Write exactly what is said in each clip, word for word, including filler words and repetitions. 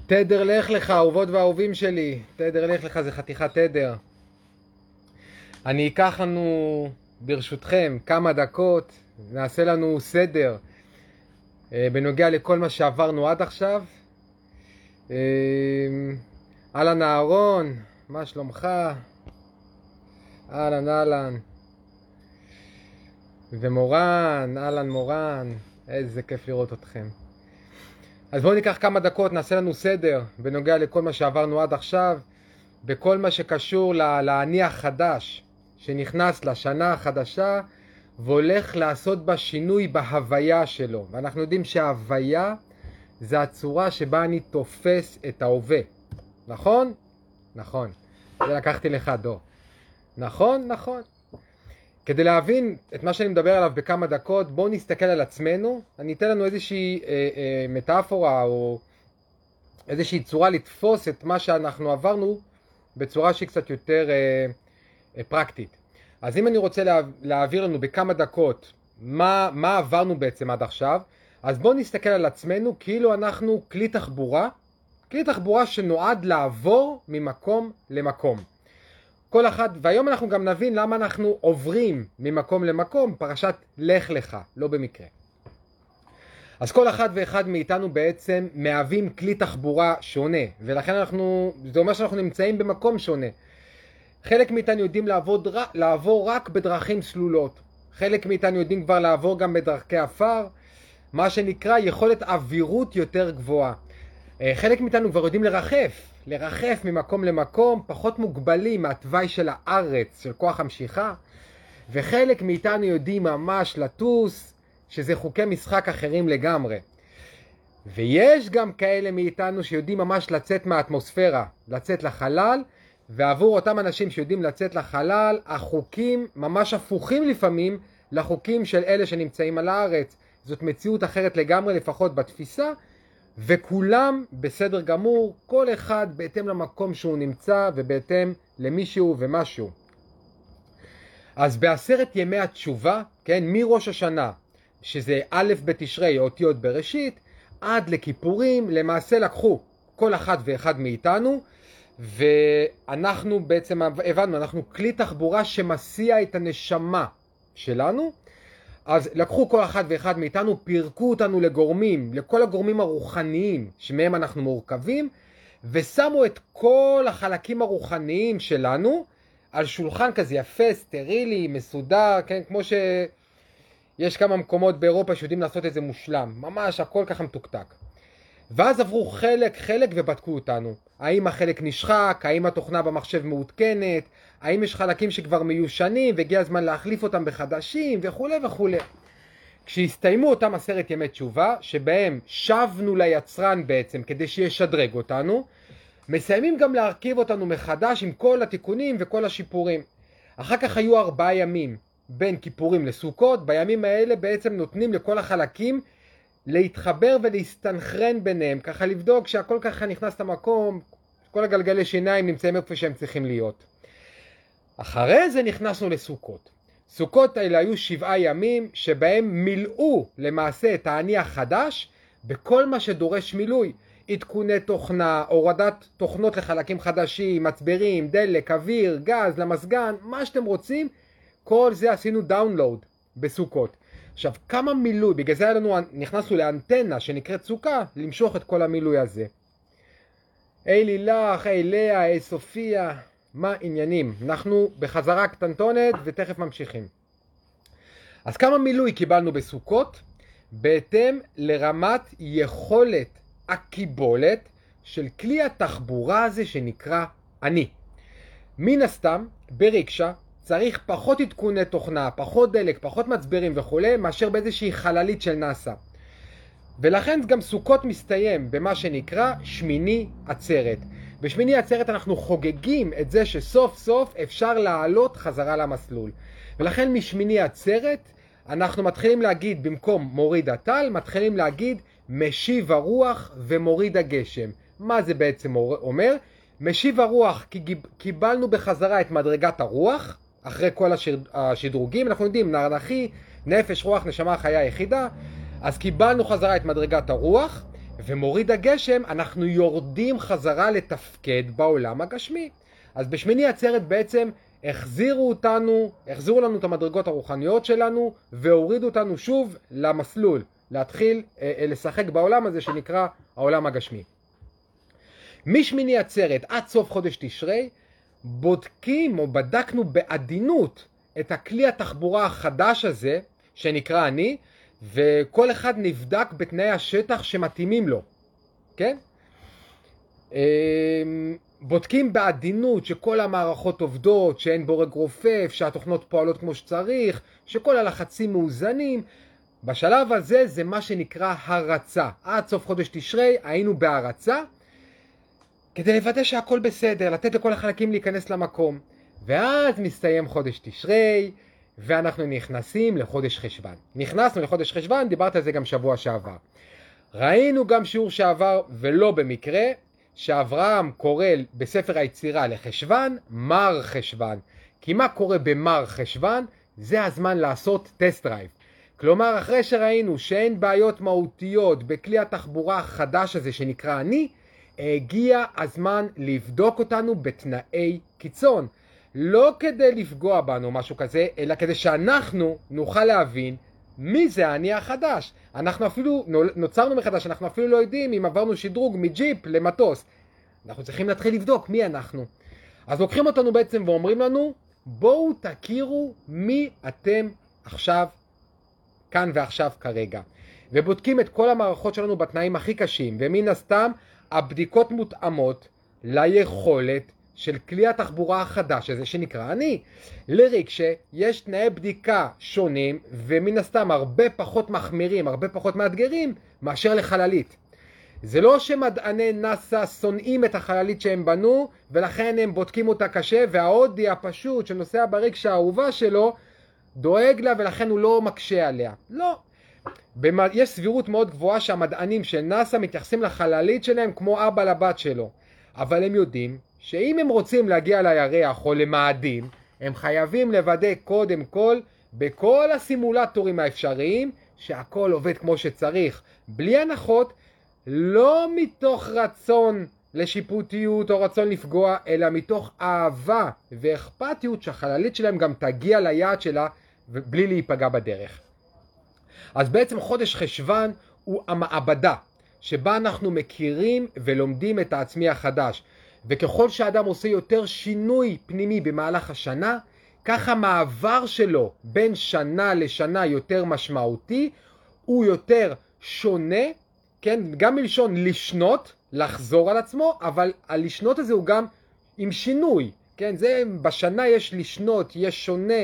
תדר לך לך, אהובות ואהובים שלי. תדר לך לך זה חתיכת תדר. אני אקח לנו, ברשותכם, כמה דקות, נעשה לנו סדר אה, בנוגע לכל מה שעברנו עד עכשיו. אה, אהלן אהרון, מה שלומך? אהלן אהלן. ומורן, אהלן מורן, איזה כיף לראות אתכם. אז בואו ניקח כמה דקות, נעשה לנו סדר בנוגע לכל מה שעברנו עד עכשיו, בכל מה שקשור לעני החדש שנכנס לשנה החדשה והולך לעשות בה שינוי בהוויה שלו. ואנחנו יודעים שההוויה זה הצורה שבה אני תופס את ההווה. נכון? נכון. זה לקחתי לך דור. נכון? נכון. כדי להבין את מה שאני מדבר עליו בכמה דקות, בואו נסתכל על עצמנו. אני אתן לנו איזושהי אה, אה, מטאפורה או איזושהי צורה לתפוס את מה שאנחנו עברנו בצורה שהיא קצת יותר אה, אה, פרקטית. אז אם אני רוצה לה, להעביר לנו בכמה דקות מה, מה עברנו בעצם עד עכשיו, אז בואו נסתכל על עצמנו כאילו אנחנו כלי תחבורה, כלי תחבורה שנועד לעבור ממקום למקום. כל אחד, והיום אנחנו גם נבין למה אנחנו עוברים ממקום למקום, פרשת לך לך, לא במקרה. אז כל אחד ואחד מאיתנו בעצם מהווים כלי תחבורה שונה, ולכן אנחנו, זה אומר שאנחנו נמצאים במקום שונה. חלק מאיתנו יודעים לעבוד, לעבור רק בדרכים סלולות, חלק מאיתנו יודעים כבר לעבור גם בדרכי עפר, מה שנקרא יכולת אווירות יותר גבוהה. חלק מאיתנו כבר יודעים לרחף, לרחף ממקום למקום, פחות מוגבלים מהתוואי של הארץ, של כוח המשיכה, וחלק מאיתנו יודעים ממש לטוס, שזה חוקי משחק אחרים לגמרי. ויש גם כאלה מאיתנו שיודעים ממש לצאת מהאטמוספירה, לצאת לחלל, ועבור אותם אנשים שיודעים לצאת לחלל, החוקים ממש הפוכים לפעמים לחוקים של אלה שנמצאים על הארץ. זאת מציאות אחרת לגמרי, לפחות בתפיסה, וכולם בסדר גמור, כל אחד בהתאם למקום שהוא נמצא ובהתאם למישהו ומשהו. אז בעשרת ימי התשובה, כן, מראש השנה, שזה א' בתשרי, אותיות בראשית, עד לכיפורים, למעשה לקחו כל אחד ואחד מאיתנו, ואנחנו בעצם הבנו, אנחנו כלי תחבורה שמסיע את הנשמה שלנו. אז לקחו כל אחד ואחד מאיתנו, פירקו אותנו לגורמים, לכל הגורמים הרוחניים שמהם אנחנו מורכבים, ושמו את כל החלקים הרוחניים שלנו על שולחן כזה יפה, סטרילי, מסודר, כן? כמו שיש כמה מקומות באירופה שיודעים לעשות את זה מושלם, ממש הכל ככה מתוקתק. ואז עברו חלק חלק ובדקו אותנו, האם החלק נשחק, האם התוכנה במחשב מעודכנת, האם יש חלקים שכבר מיושנים והגיע הזמן להחליף אותם בחדשים וכו' וכו'. כשהסתיימו אותם עשרת ימי תשובה, שבהם שבנו ליצרן בעצם כדי שישדרג אותנו, מסיימים גם להרכיב אותנו מחדש עם כל התיקונים וכל השיפורים. אחר כך היו ארבעה ימים בין כיפורים לסוכות, בימים האלה בעצם נותנים לכל החלקים להתחבר ולהסתנכרן ביניהם, ככה לבדוק שהכל ככה נכנס למקום, כל הגלגלי שיניים נמצאים איפה שהם צריכים להיות. אחרי זה נכנסנו לסוכות. סוכות האלה היו שבעה ימים שבהם מילאו למעשה את העני החדש בכל מה שדורש מילוי. עדכוני תוכנה, הורדת תוכנות לחלקים חדשים, מצברים, דלק, אוויר, גז, למסגן, מה שאתם רוצים, כל זה עשינו דאונלוד בסוכות. עכשיו, כמה מילוי, בגלל זה לנו, נכנסנו לאנטנה שנקראת סוכה, למשוך את כל המילוי הזה. היי לילך, היי לאה, היי סופיה, מה עניינים? אנחנו בחזרה קטנטונת ותכף ממשיכים. אז כמה מילוי קיבלנו בסוכות? בהתאם לרמת יכולת הקיבולת של כלי התחבורה הזה שנקרא אני. מן הסתם, בריקשה, צריך פחות עדכוני תוכנה, פחות דלק, פחות מצברים וכו', מאשר באיזושהי חללית של נאסא. ולכן גם סוכות מסתיים במה שנקרא שמיני עצרת. בשמיני עצרת אנחנו חוגגים את זה שסוף סוף אפשר לעלות חזרה למסלול. ולכן משמיני עצרת אנחנו מתחילים להגיד במקום מוריד הטל, מתחילים להגיד משיב הרוח ומוריד הגשם. מה זה בעצם אומר? משיב הרוח כי קיבלנו בחזרה את מדרגת הרוח, אחרי כל השדרוגים, אנחנו יודעים, נרנחי, נפש, רוח, נשמה, חיה יחידה, אז קיבלנו חזרה את מדרגת הרוח, ומוריד הגשם, אנחנו יורדים חזרה לתפקד בעולם הגשמי. אז בשמיני עצרת בעצם החזירו אותנו, החזירו לנו את המדרגות הרוחניות שלנו, והורידו אותנו שוב למסלול, להתחיל אה, אה, לשחק בעולם הזה שנקרא העולם הגשמי. משמיני עצרת עד סוף חודש תשרי, בודקים או בדקנו בעדינות את הכלי התחבורה החדש הזה, שנקרא אני, וכל אחד נבדק בתנאי השטח שמתאימים לו, כן? בודקים בעדינות שכל המערכות עובדות, שאין בורג רופף, שהתוכנות פועלות כמו שצריך, שכל הלחצים מאוזנים. בשלב הזה זה מה שנקרא הרצה. עד סוף חודש תשרי היינו בהרצה, כדי לוודא שהכל בסדר, לתת לכל החלקים להיכנס למקום. ואז מסתיים חודש תשרי, ואנחנו נכנסים לחודש חשבן. נכנסנו לחודש חשבן, דיברת על זה גם שבוע שעבר. ראינו גם שיעור שעבר, ולא במקרה, שאברהם קורא בספר היצירה לחשבן, מר חשבן. כי מה קורה במר חשבן? זה הזמן לעשות טסט דרייב. כלומר, אחרי שראינו שאין בעיות מהותיות בכלי התחבורה החדש הזה שנקרא אני, הגיע הזמן לבדוק אותנו בתנאי קיצון. לא כדי לפגוע בנו משהו כזה, אלא כדי שאנחנו נוכל להבין מי זה האני החדש. אנחנו אפילו נוצרנו מחדש, אנחנו אפילו לא יודעים אם עברנו שדרוג מג'יפ למטוס. אנחנו צריכים להתחיל לבדוק מי אנחנו. אז לוקחים אותנו בעצם ואומרים לנו, בואו תכירו מי אתם עכשיו, כאן ועכשיו כרגע. ובודקים את כל המערכות שלנו בתנאים הכי קשים, ומן הסתם הבדיקות מותאמות ליכולת של כלי התחבורה החדש הזה שנקרא אני. לריקשה יש תנאי בדיקה שונים ומן הסתם הרבה פחות מחמירים, הרבה פחות מאתגרים מאשר לחללית. זה לא שמדעני נאסא שונאים את החללית שהם בנו ולכן הם בודקים אותה קשה, וההודי הפשוט שנוסע בריקשה האהובה שלו דואג לה ולכן הוא לא מקשה עליה. לא. יש סבירות מאוד גבוהה שהמדענים של נאסא מתייחסים לחללית שלהם כמו אבא לבת שלו. אבל הם יודעים שאם הם רוצים להגיע לירח או למאדים, הם חייבים לוודא קודם כל בכל הסימולטורים האפשריים שהכל עובד כמו שצריך, בלי הנחות, לא מתוך רצון לשיפוטיות או רצון לפגוע, אלא מתוך אהבה ואכפתיות שהחללית שלהם גם תגיע ליעד שלה בלי להיפגע בדרך. אז בעצם חודש חשבן הוא המעבדה שבה אנחנו מכירים ולומדים את העצמי החדש. וככל שאדם עושה יותר שינוי פנימי במהלך השנה, כך המעבר שלו בין שנה לשנה יותר משמעותי, הוא יותר שונה, כן? גם מלשון לשנות, לחזור על עצמו, אבל הלשנות הזה הוא גם עם שינוי, כן? זה בשנה יש לשנות, יש שונה,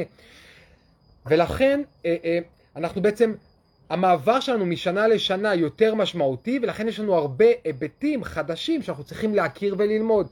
ולכן אה, אה, אנחנו בעצם, המעבר שלנו משנה לשנה יותר משמעותי, ולכן יש לנו הרבה היבטים חדשים שאנחנו צריכים להכיר וללמוד.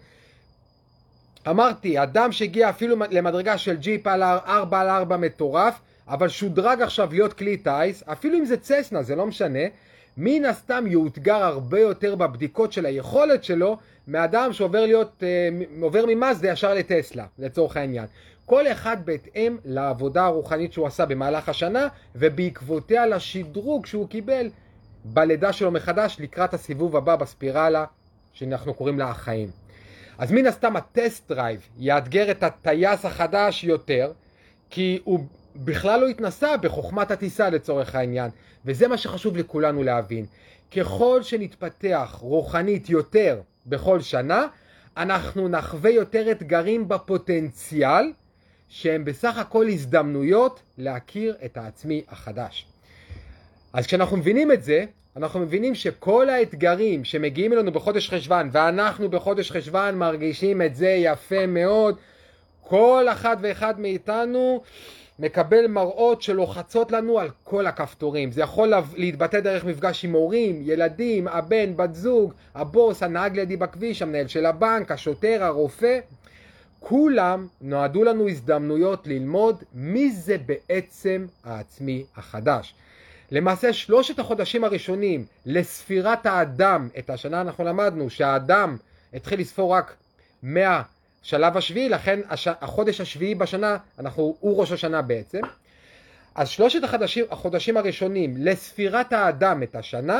אמרתי, אדם שהגיע אפילו למדרגה של ג'יפ על ארבע על ארבע מטורף, אבל שודרג עכשיו להיות כלי טייס, אפילו אם זה צסנה, זה לא משנה, מן הסתם יאותגר הרבה יותר בבדיקות של היכולת שלו, מאדם שעובר להיות, עובר ממאזדה ישר לטסלה, לצורך העניין. כל אחד בהתאם לעבודה הרוחנית שהוא עשה במהלך השנה, ובעקבותיה לשדרוג שהוא קיבל בלידה שלו מחדש לקראת הסיבוב הבא בספירלה, שאנחנו קוראים לה החיים. אז מן הסתם הטסט דרייב יאתגר את הטייס החדש יותר, כי הוא בכלל לא התנסה בחוכמת הטיסה לצורך העניין, וזה מה שחשוב לכולנו להבין. ככל שנתפתח רוחנית יותר בכל שנה, אנחנו נחווה יותר אתגרים בפוטנציאל, שהם בסך הכל הזדמנויות להכיר את העצמי החדש. אז כשאנחנו מבינים את זה, אנחנו מבינים שכל האתגרים שמגיעים אלינו בחודש חשבן, ואנחנו בחודש חשבן מרגישים את זה יפה מאוד, כל אחד ואחד מאיתנו מקבל מראות שלוחצות לנו על כל הכפתורים. זה יכול להתבטא דרך מפגש עם הורים, ילדים, הבן, בת זוג, הבוס, הנהג לידי בכביש, המנהל של הבנק, השוטר, הרופא. כולם נועדו לנו הזדמנויות ללמוד מי זה בעצם העצמי החדש. למעשה שלושת החודשים הראשונים לספירת האדם, את השנה אנחנו למדנו שהאדם התחיל לספור רק מהשלב השביעי, לכן הש... החודש השביעי בשנה, אנחנו, הוא ראש השנה בעצם. אז שלושת החודשים, החודשים הראשונים לספירת האדם את השנה,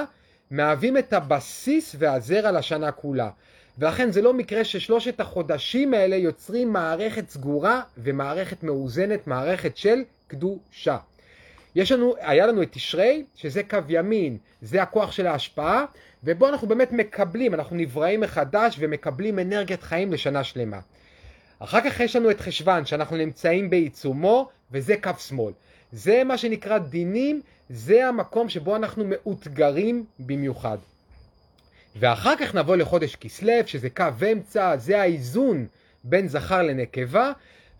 מהווים את הבסיס והזרע לשנה כולה. ולכן זה לא מקרה ששלושת החודשים האלה יוצרים מערכת סגורה ומערכת מאוזנת, מערכת של קדושה. יש לנו, היה לנו את תשרי, שזה קו ימין, זה הכוח של ההשפעה, ובו אנחנו באמת מקבלים, אנחנו נבראים מחדש ומקבלים אנרגיית חיים לשנה שלמה. אחר כך יש לנו את חשוון, שאנחנו נמצאים בעיצומו, וזה קו שמאל. זה מה שנקרא דינים, זה המקום שבו אנחנו מאותגרים במיוחד. ואחר כך נבוא לחודש כסלו, שזה קו אמצע, זה האיזון בין זכר לנקבה,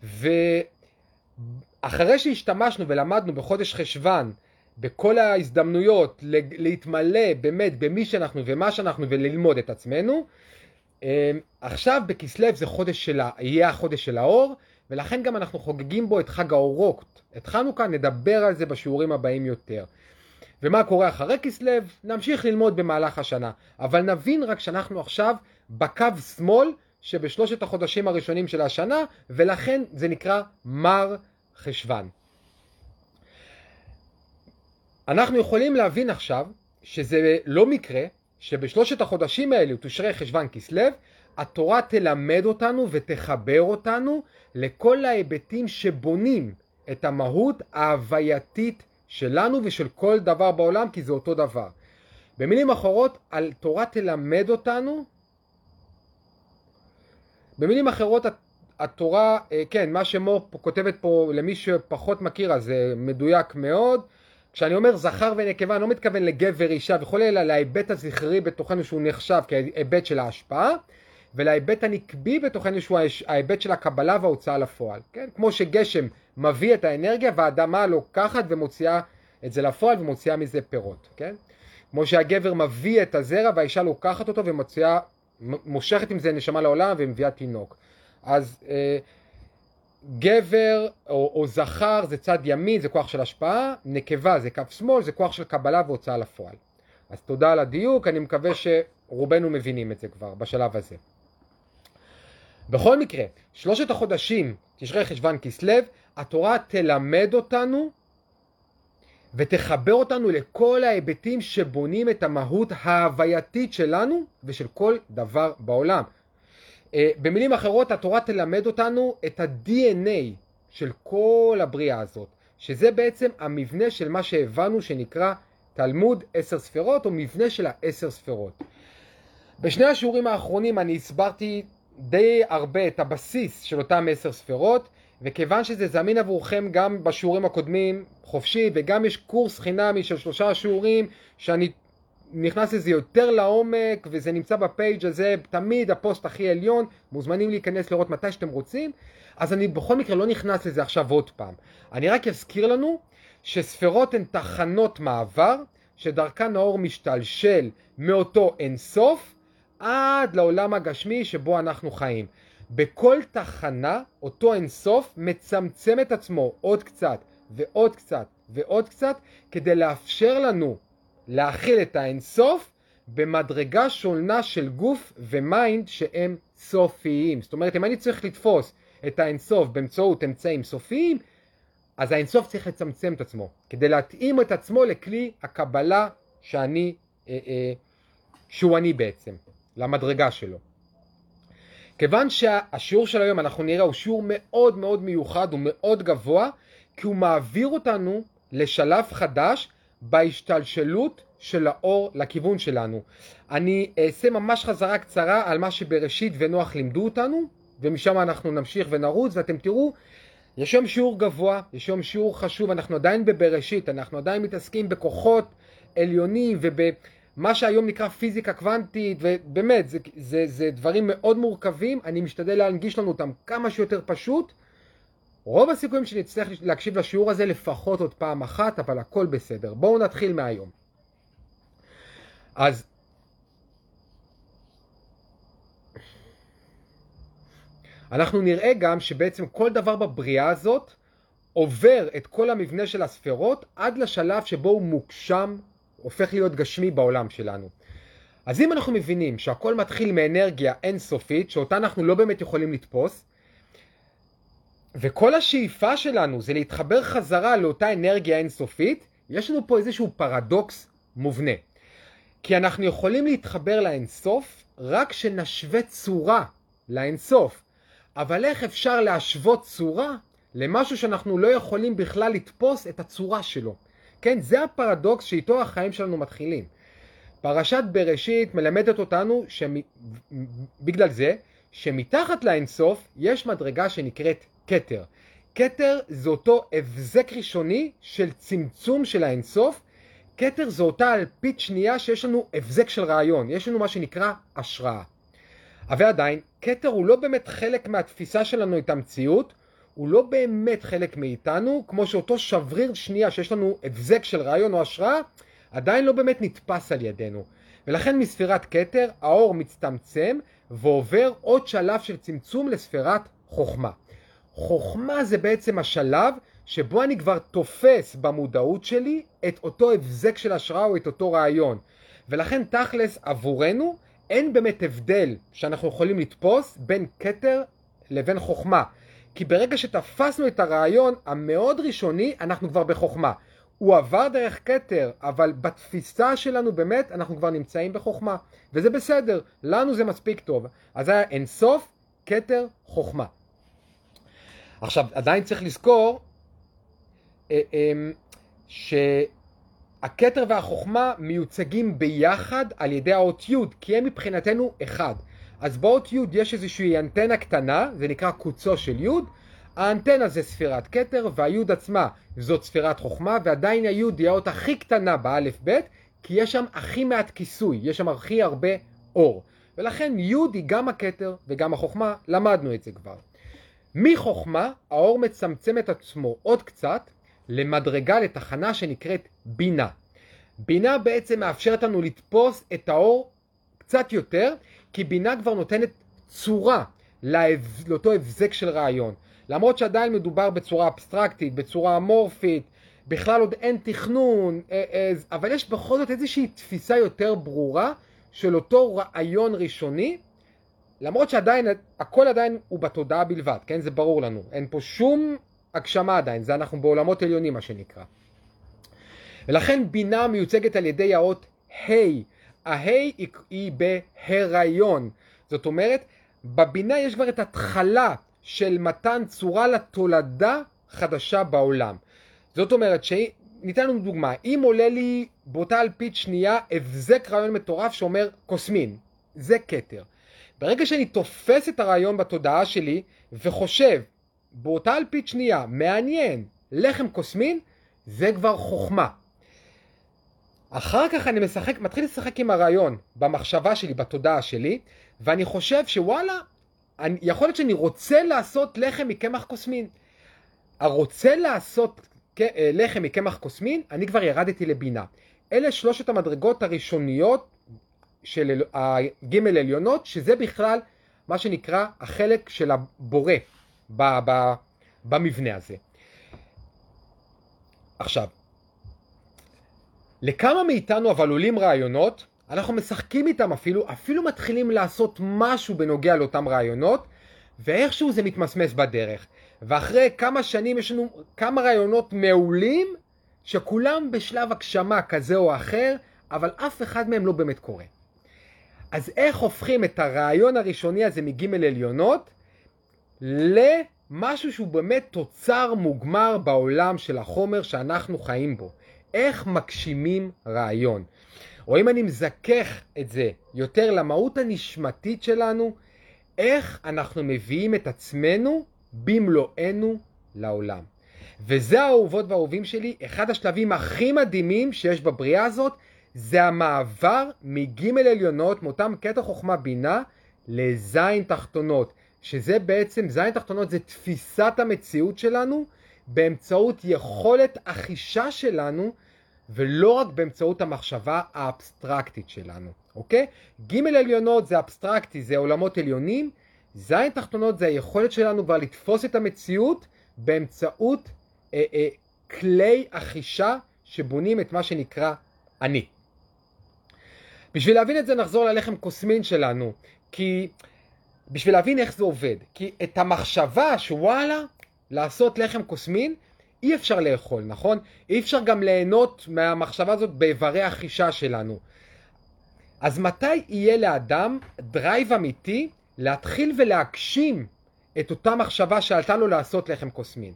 ואחרי שהשתמשנו ולמדנו בחודש חשוון, בכל ההזדמנויות להתמלא באמת במי שאנחנו ומה שאנחנו וללמוד את עצמנו, עכשיו בכסלו זה חודש של, יהיה החודש של האור, ולכן גם אנחנו חוגגים בו את חג האורות. את חנוכה נדבר על זה בשיעורים הבאים יותר. ומה קורה אחרי כסלו? נמשיך ללמוד במהלך השנה. אבל נבין רק שאנחנו עכשיו בקו שמאל שבשלושת החודשים הראשונים של השנה, ולכן זה נקרא מר חשוון. אנחנו יכולים להבין עכשיו שזה לא מקרה שבשלושת החודשים האלו, תשרי חשוון כסלו, התורה תלמד אותנו ותחבר אותנו לכל ההיבטים שבונים את המהות ההווייתית שלנו ושל כל דבר בעולם, כי זה אותו דבר. במילים אחרות, התורה תלמד אותנו, במילים אחרות, התורה, כן, מה שמור כותבת פה, למי שפחות מכיר, אז זה מדויק מאוד. כשאני אומר זכר ונקבה, אני לא מתכוון לגבר אישה וכל אלא להיבט הזכרי בתוכנו שהוא נחשב כהיבט של ההשפעה, ולהיבט הנקבי בתוכנו שהוא ההיבט של הקבלה וההוצאה לפועל. כן? כמו שגשם מביא את האנרגיה והאדמה לוקחת ומוציאה את זה לפועל ומוציאה מזה פירות. כן? כמו שהגבר מביא את הזרע והאישה לוקחת אותו ומוציאה, מושכת עם זה נשמה לעולם ומביאה תינוק. אז אה, גבר או, או זכר זה צד ימין, זה כוח של השפעה, נקבה זה קו שמאל, זה כוח של קבלה והוצאה לפועל. אז תודה על הדיוק, אני מקווה שרובנו מבינים את זה כבר בשלב הזה. בכל מקרה, שלושת החודשים, תשרי חשוון כסלו, התורה תלמד אותנו ותחבר אותנו לכל ההיבטים שבונים את המהות ההווייתית שלנו ושל כל דבר בעולם. במילים אחרות, התורה תלמד אותנו את ה-די אן איי של כל הבריאה הזאת, שזה בעצם המבנה של מה שהבנו שנקרא תלמוד עשר ספירות, או מבנה של העשר ספירות. בשני השיעורים האחרונים אני הסברתי די הרבה את הבסיס של אותם עשר ספירות, וכיוון שזה זמין עבורכם גם בשיעורים הקודמים חופשי, וגם יש קורס חינמי של שלושה שיעורים שאני נכנס לזה יותר לעומק, וזה נמצא בפייג' הזה, תמיד הפוסט הכי עליון, מוזמנים להיכנס לראות מתי שאתם רוצים, אז אני בכל מקרה לא נכנס לזה עכשיו עוד פעם. אני רק אזכיר לנו שספירות הן תחנות מעבר, שדרכן האור משתלשל מאותו אינסוף, עד לעולם הגשמי שבו אנחנו חיים. בכל תחנה, אותו אינסוף מצמצם את עצמו עוד קצת, ועוד קצת, ועוד קצת, כדי לאפשר לנו להכיל את האינסוף במדרגה שונה של גוף ומיינד שהם סופיים. זאת אומרת, אם אני צריך לתפוס את האינסוף באמצעות אמצעים סופיים, אז האינסוף צריך לצמצם את עצמו, כדי להתאים את עצמו לכלי הקבלה שאני, אה, אה, שהוא אני בעצם, למדרגה שלו. כיוון שהשיעור של היום אנחנו נראה הוא שיעור מאוד מאוד מיוחד, הוא מאוד גבוה, כי הוא מעביר אותנו לשלב חדש בהשתלשלות של האור לכיוון שלנו. אני אעשה ממש חזרה קצרה על מה שבראשית ונוח לימדו אותנו, ומשם אנחנו נמשיך ונרוץ, ואתם תראו, יש היום שיעור גבוה, יש היום שיעור חשוב, אנחנו עדיין בבראשית, אנחנו עדיין מתעסקים בכוחות עליונים ובמה שהיום נקרא פיזיקה קוונטית, ובאמת, זה, זה, זה דברים מאוד מורכבים, אני משתדל להנגיש לנו אותם כמה שיותר פשוט. רוב הסיכויים שנצטרך להקשיב לשיעור הזה לפחות עוד פעם אחת, אבל הכל בסדר. בואו נתחיל מהיום. אז אנחנו נראה גם שבעצם כל דבר בבריאה הזאת עובר את כל המבנה של הספירות עד לשלב שבו הוא מוגשם, הופך להיות גשמי בעולם שלנו. אז אם אנחנו מבינים שהכל מתחיל מאנרגיה אינסופית, שאותה אנחנו לא באמת יכולים לתפוס, וכל השאיפה שלנו זה להתחבר חזרה לאותה אנרגיה אינסופית, יש לנו פה איזשהו פרדוקס מובנה. כי אנחנו יכולים להתחבר לאינסוף רק שנשווה צורה לאינסוף. אבל איך אפשר להשוות צורה למשהו שאנחנו לא יכולים בכלל לתפוס את הצורה שלו? כן, זה הפרדוקס שאיתו החיים שלנו מתחילים. פרשת בראשית מלמדת אותנו שבגלל זה שמתחת לאינסוף יש מדרגה שנקראת כתר. כתר זה אותו הבזק ראשוני של צמצום של האינסוף. כתר זה אותה אלפית שנייה שיש לנו הבזק של רעיון, יש לנו מה שנקרא השראה. אבל עדיין, כתר הוא לא באמת חלק מהתפיסה שלנו את המציאות, הוא לא באמת חלק מאיתנו, כמו שאותו שבריר שנייה שיש לנו הבזק של רעיון או השראה, עדיין לא באמת נתפס על ידינו. ולכן מספירת כתר, האור מצטמצם ועובר עוד שלב של צמצום לספירת חוכמה. חוכמה זה בעצם השלב שבו אני כבר תופס במודעות שלי את אותו הבזק של השראה או את אותו רעיון. ולכן תכלס עבורנו אין באמת הבדל שאנחנו יכולים לתפוס בין כתר לבין חוכמה. כי ברגע שתפסנו את הרעיון המאוד ראשוני, אנחנו כבר בחוכמה. הוא עבר דרך כתר, אבל בתפיסה שלנו באמת אנחנו כבר נמצאים בחוכמה. וזה בסדר, לנו זה מספיק טוב. אז זה היה אינסוף, כתר, חוכמה. עכשיו, עדיין צריך לזכור שהכתר והחוכמה מיוצגים ביחד על ידי האות י', כי הם מבחינתנו אחד. אז באות י' יש איזושהי אנטנה קטנה, זה נקרא קוצו של י', האנטנה זה ספירת כתר, והי' עצמה זאת ספירת חוכמה, ועדיין הי' היא האות הכי קטנה באלף ב', כי יש שם הכי מעט כיסוי, יש שם הכי הרבה אור. ולכן י' היא גם הכתר וגם החוכמה, למדנו את זה כבר. מחוכמה, האור מצמצם את עצמו עוד קצת למדרגה, לתחנה שנקראת בינה. בינה בעצם מאפשרת לנו לתפוס את האור קצת יותר, כי בינה כבר נותנת צורה לאותו הבזק של רעיון. למרות שעדיין מדובר בצורה אבסטרקטית, בצורה אמורפית, בכלל עוד אין תכנון, אבל יש בכל זאת איזושהי תפיסה יותר ברורה של אותו רעיון ראשוני, למרות שעדיין, הכל עדיין הוא בתודעה בלבד, כן? זה ברור לנו. אין פה שום הגשמה עדיין, זה אנחנו בעולמות עליונים מה שנקרא. ולכן בינה מיוצגת על ידי האות ה'. הה' היא, היא בהיריון. זאת אומרת, בבינה יש כבר את התחלה של מתן צורה לתולדה חדשה בעולם. זאת אומרת, ניתן לנו דוגמה, אם עולה לי באותה אלפית שנייה הבזק רעיון מטורף שאומר קוסמין, זה כתר. ברגע שאני תופס את הרעיון בתודעה שלי וחושב באותה אלפית שנייה, מעניין, לחם קוסמין, זה כבר חוכמה. אחר כך אני משחק, מתחיל לשחק עם הרעיון במחשבה שלי, בתודעה שלי, ואני חושב שוואלה, אני, יכול להיות שאני רוצה לעשות לחם מקמח קוסמין. הרוצה לעשות לחם מקמח קוסמין, אני כבר ירדתי לבינה. אלה שלושת המדרגות הראשוניות של הגימל עליונות, שזה בכלל מה שנקרא החלק של הבורא ב, ב, במבנה הזה. עכשיו, לכמה מאיתנו אבל עולים רעיונות, אנחנו משחקים איתם אפילו, אפילו מתחילים לעשות משהו בנוגע לאותם רעיונות, ואיכשהו זה מתמסמס בדרך. ואחרי כמה שנים יש לנו כמה רעיונות מעולים, שכולם בשלב הגשמה כזה או אחר, אבל אף אחד מהם לא באמת קורה. אז איך הופכים את הרעיון הראשוני הזה מגימל עליונות, למשהו שהוא באמת תוצר מוגמר בעולם של החומר שאנחנו חיים בו? איך מגשימים רעיון? או אם אני מזכך את זה יותר למהות הנשמתית שלנו, איך אנחנו מביאים את עצמנו במלואנו לעולם. וזה האהובות והאהובים שלי, אחד השלבים הכי מדהימים שיש בבריאה הזאת, זה המעבר מגימל עליונות, מאותם קטע חוכמה בינה, לזין תחתונות. שזה בעצם, זין תחתונות זה תפיסת המציאות שלנו, באמצעות יכולת אחישה שלנו, ולא רק באמצעות המחשבה האבסטרקטית שלנו, אוקיי? גימל עליונות זה אבסטרקטי, זה עולמות עליונים, זין תחתונות זה היכולת שלנו כבר לתפוס את המציאות, באמצעות אה, אה, כלי אחישה שבונים את מה שנקרא אני. בשביל להבין את זה נחזור ללחם קוסמין שלנו, כי בשביל להבין איך זה עובד, כי את המחשבה שוואלה, לעשות לחם קוסמין, אי אפשר לאכול, נכון? אי אפשר גם ליהנות מהמחשבה הזאת באיברי החישה שלנו. אז מתי יהיה לאדם דרייב אמיתי להתחיל ולהגשים את אותה מחשבה שעלתה לו לעשות לחם קוסמין?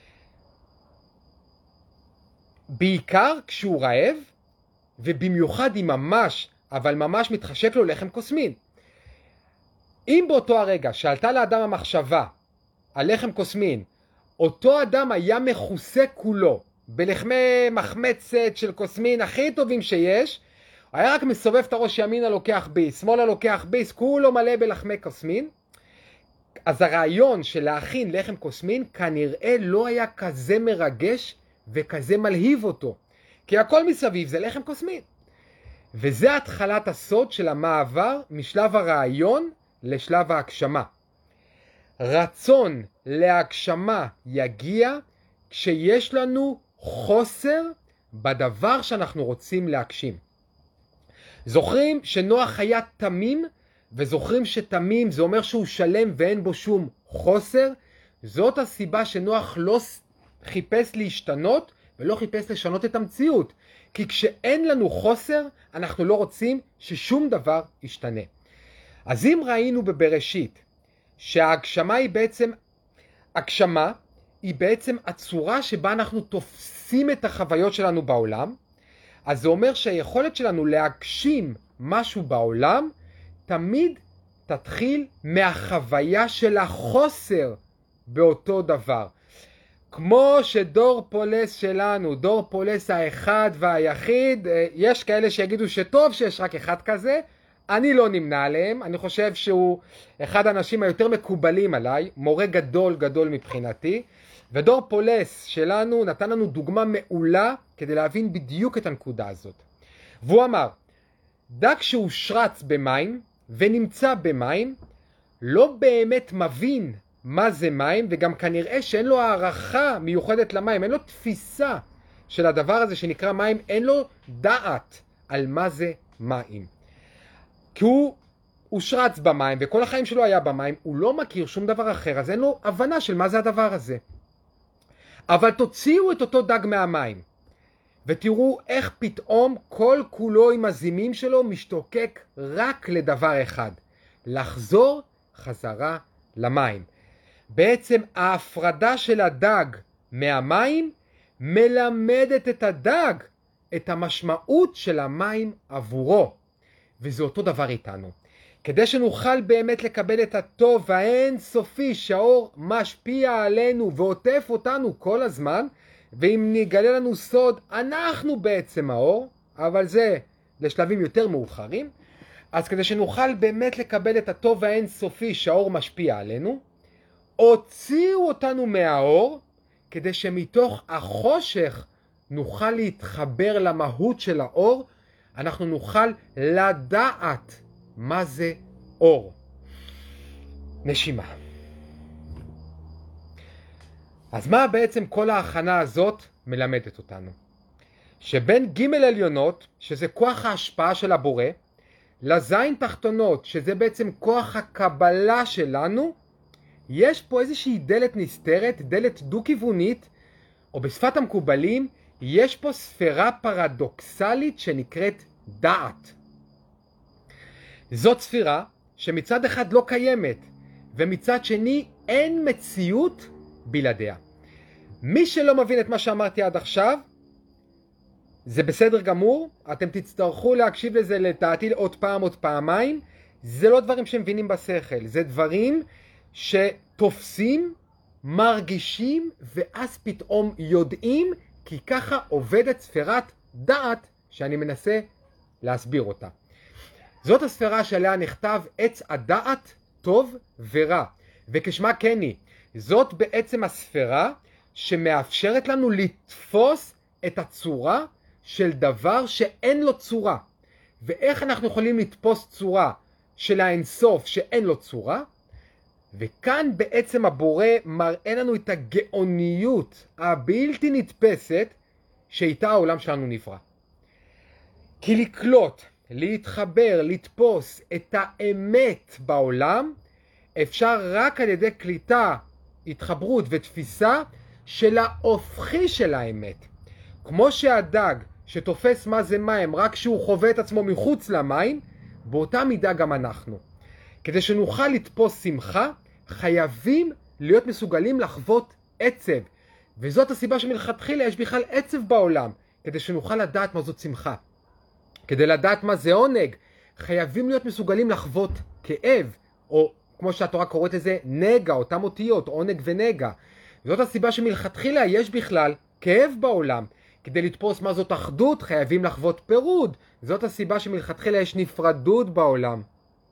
בעיקר כשהוא רעב, ובמיוחד אם ממש, אבל ממש מתחשק לו לחם קוסמין. אם באותו הרגע שעלתה לאדם המחשבה על לחם קוסמין, אותו אדם היה מכוסה כולו בלחמי מחמצת של קוסמין הכי טובים שיש, היה רק מסובב את הראש, ימינה לוקח ביס, שמאלה לוקח ביס, כולו מלא בלחמי קוסמין, אז הרעיון של להכין לחם קוסמין כנראה לא היה כזה מרגש וכזה מלהיב אותו, כי הכל מסביב זה לחם קוסמין. וזה התחלת הסוד של המעבר משלב הרעיון לשלב ההגשמה. רצון להגשמה יגיע כשיש לנו חוסר בדבר שאנחנו רוצים להגשים. זוכרים שנוח היה תמים, וזוכרים שתמים זה אומר שהוא שלם ואין בו שום חוסר? זאת הסיבה שנוח לא חיפש להשתנות ולא חיפש לשנות את המציאות. כי כשאין לנו חוסר, אנחנו לא רוצים ששום דבר ישתנה. אז אם ראינו בבראשית שההגשמה היא בעצם, הגשמה היא בעצם הצורה שבה אנחנו תופסים את החוויות שלנו בעולם, אז זה אומר שהיכולת שלנו להגשים משהו בעולם תמיד תתחיל מהחוויה של החוסר באותו דבר. כמו שדור פולס שלנו, דור פולס האחד והיחיד, יש כאלה שיגידו שטוב שיש רק אחד כזה, אני לא נמנה עליהם, אני חושב שהוא אחד האנשים היותר מקובלים עליי, מורה גדול גדול מבחינתי, ודור פולס שלנו נתן לנו דוגמה מעולה כדי להבין בדיוק את הנקודה הזאת. והוא אמר, דג שהוא שרץ במים ונמצא במים, לא באמת מבין מה זה מים, וגם כנראה שאין לו הערכה מיוחדת למים, אין לו תפיסה של הדבר הזה שנקרא מים, אין לו דעת על מה זה מים. כי הוא, הוא שרץ במים, וכל החיים שלו היה במים, הוא לא מכיר שום דבר אחר, אז אין לו הבנה של מה זה הדבר הזה. אבל תוציאו את אותו דג מהמים, ותראו איך פתאום כל כולו עם הזימים שלו משתוקק רק לדבר אחד, לחזור חזרה למים. בעצם ההפרדה של הדג מהמים מלמדת את הדג את המשמעות של המים עבורו. וזה אותו דבר איתנו. כדי שנוכל באמת לקבל את הטוב האין סופי שהאור משפיע עלינו ועוטף אותנו כל הזמן, ואם נגלה לנו סוד, אנחנו בעצם האור, אבל זה לשלבים יותר מאוחרים, אז כדי שנוכל באמת לקבל את הטוב האין סופי שהאור משפיע עלינו, הוציאו אותנו מהאור, כדי שמתוך החושך נוכל להתחבר למהות של האור, אנחנו נוכל לדעת מה זה אור. נשימה. אז מה בעצם כל ההכנה הזאת מלמדת אותנו? שבין ג' עליונות, שזה כוח ההשפעה של הבורא, לזין תחתונות, שזה בעצם כוח הקבלה שלנו, יש פה איזושהי דלת נסתרת, דלת דו-כיוונית, או בשפת המקובלים, יש פה ספירה פרדוקסלית שנקראת דעת. זאת ספירה שמצד אחד לא קיימת, ומצד שני אין מציאות בלעדיה. מי שלא מבין את מה שאמרתי עד עכשיו, זה בסדר גמור, אתם תצטרכו להקשיב לזה לדעתי עוד פעם עוד פעמיים, זה לא דברים שמבינים בשכל, זה דברים שתופסים, מרגישים, ואז פתאום יודעים, כי ככה עובדת ספירת דעת שאני מנסה להסביר אותה. זאת הספירה שעליה נכתב עץ הדעת טוב ורע, וכשמה כן היא, זאת בעצם הספירה שמאפשרת לנו לתפוס את הצורה של דבר שאין לו צורה. ואיך אנחנו יכולים לתפוס צורה של האינסוף שאין לו צורה? וכאן בעצם הבורא מראה לנו את הגאוניות הבלתי נתפסת שאיתה העולם שלנו נברא. כי לקלוט, להתחבר, לתפוס את האמת בעולם, אפשר רק על ידי קליטה, התחברות ותפיסה של ההופכי של האמת. כמו שהדג שתופס מה זה מים רק כשהוא חווה את עצמו מחוץ למים, באותה מידה גם אנחנו. כדי שנוכל לתפוס שמחה, חייבים להיות מסוגלים לחוות עצב. וזאת הסיבה שמלכתחילה יש בכלל עצב בעולם, כדי שנוכל לדעת מה זאת שמחה. כדי לדעת מה זה עונג, חייבים להיות מסוגלים לחוות כאב, או כמו שהתורה קוראת לזה, נגע, אותם אותיות, עונג ונגע. זאת הסיבה שמלכתחילה יש בכלל כאב בעולם. כדי לתפוס מה זאת אחדות, חייבים לחוות פירוד. זאת הסיבה שמלכתחילה יש נפרדות בעולם.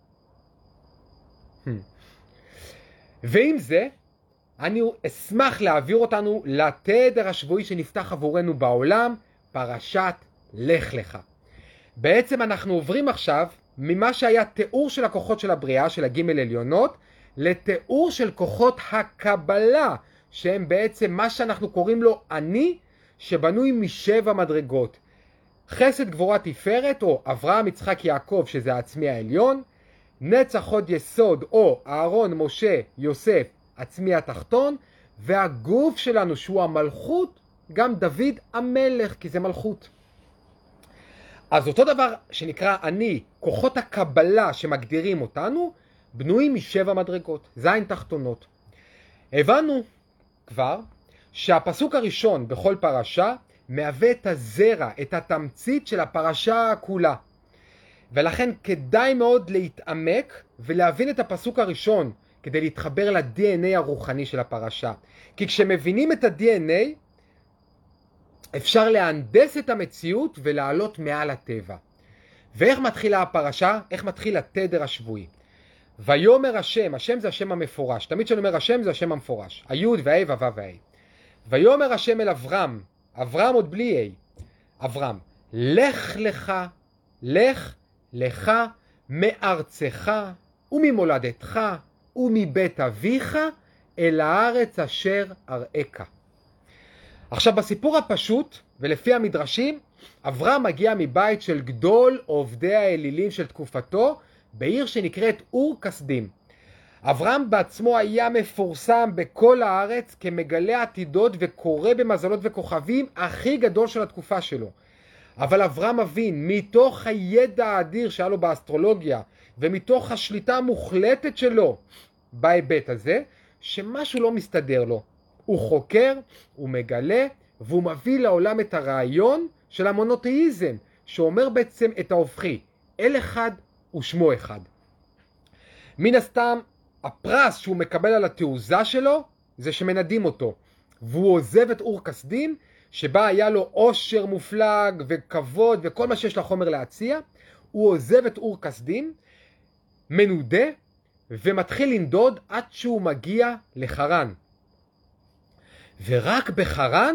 ועם זה, אני אשמח להעביר אותנו לתדר השבועי שנפתח עבורנו בעולם, פרשת לך לך. בעצם אנחנו עוברים עכשיו ממה שהיה תיאור של הכוחות של הבריאה, של הגימל עליונות, לתיאור של כוחות הקבלה, שהם בעצם מה שאנחנו קוראים לו אני, שבנוי משבע מדרגות. חסד גבורה תפארת, או אברהם יצחק יעקב, שזה העצמי העליון, נצח הוד יסוד, או אהרון משה יוסף, עצמי התחתון, והגוף שלנו שהוא המלכות, גם דוד המלך, כי זה מלכות. אז אותו דבר שנקרא אני, כוחות הקבלה שמגדירים אותנו, בנויים משבע מדרגות, זין תחתונות. הבנו כבר שהפסוק הראשון בכל פרשה מהווה את הזרע, את התמצית של הפרשה כולה. ולכן כדאי מאוד להתעמק ולהבין את הפסוק הראשון כדי להתחבר ל-די אן איי הרוחני של הפרשה. כי כשמבינים את ה-די אן איי אפשר להנדס את המציאות ולעלות מעל הטבע. ואיך מתחילה הפרשה? איך מתחיל התדר השבועי? ויאמר השם, השם זה השם המפורש. תמיד כשאני אומר השם זה השם המפורש. היוד והאי והוו והאי. ויאמר השם אל אברהם, אברהם עוד בלי אי, אברהם, לך לך, לך לך מארצך וממולדתך ומבית אביך אל הארץ אשר אראך. עכשיו בסיפור הפשוט ולפי המדרשים, אברהם מגיע מבית של גדול עובדי האלילים של תקופתו בעיר שנקראת אור כסדים. אברהם בעצמו היה מפורסם בכל הארץ כמגלה עתידות וקורא במזלות וכוכבים הכי גדול של התקופה שלו. אבל אברהם מבין מתוך הידע האדיר שהיה לו באסטרולוגיה ומתוך השליטה המוחלטת שלו בהיבט הזה, שמשהו לא מסתדר לו. הוא חוקר, הוא מגלה, והוא מביא לעולם את הרעיון של המונותאיזם, שאומר בעצם את ההופכי, אל אחד ושמו אחד. מן הסתם, הפרס שהוא מקבל על התעוזה שלו, זה שמנדים אותו. והוא עוזב את אור כסדים, שבה היה לו עושר מופלג וכבוד וכל מה שיש לחומר להציע. הוא עוזב את אור כסדים, מנודה, ומתחיל לנדוד עד שהוא מגיע לחרן. ורק בחרן,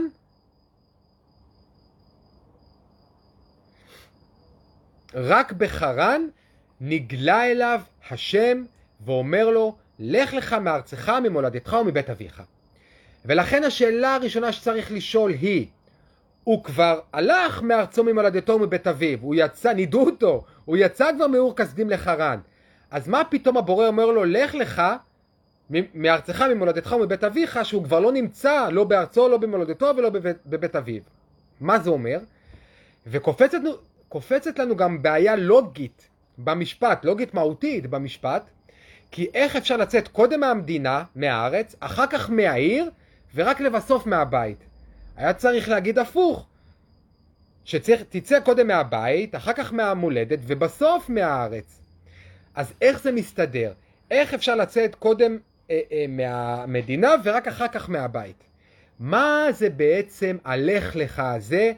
רק בחרן נגלה אליו השם ואומר לו, לך לך מארצך, ממולדתך ומבית אביך. ולכן השאלה הראשונה שצריך לשאול היא, הוא כבר הלך מארצו, ממולדתו ומבית אביו, הוא יצא, נידו אותו, הוא יצא כבר מאור כסדים לחרן. אז מה פתאום הבורא אומר לו, לך לך מארצך, ממולדתך ומבית אביך, שהוא כבר לא נמצא, לא בארצו, לא במולדתו ולא בבית, בבית אביו. מה זה אומר? וקופצת לנו, קופצת לנו גם בעיה לוגית במשפט, לוגית מהותית במשפט, כי איך אפשר לצאת קודם מהמדינה, מהארץ, אחר כך מהעיר, ורק לבסוף מהבית? היה צריך להגיד הפוך, שתצא קודם מהבית, אחר כך מהמולדת, ובסוף מהארץ. אז איך זה מסתדר? איך אפשר לצאת קודם אה, אה, מהמדינה, ורק אחר כך מהבית? מה זה בעצם הלך לך הזה?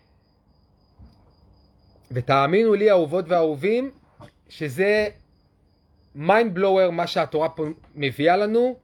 ותאמינו לי, אהובות ואהובים, שזה mind blower מה שהתורה פה מביאה לנו.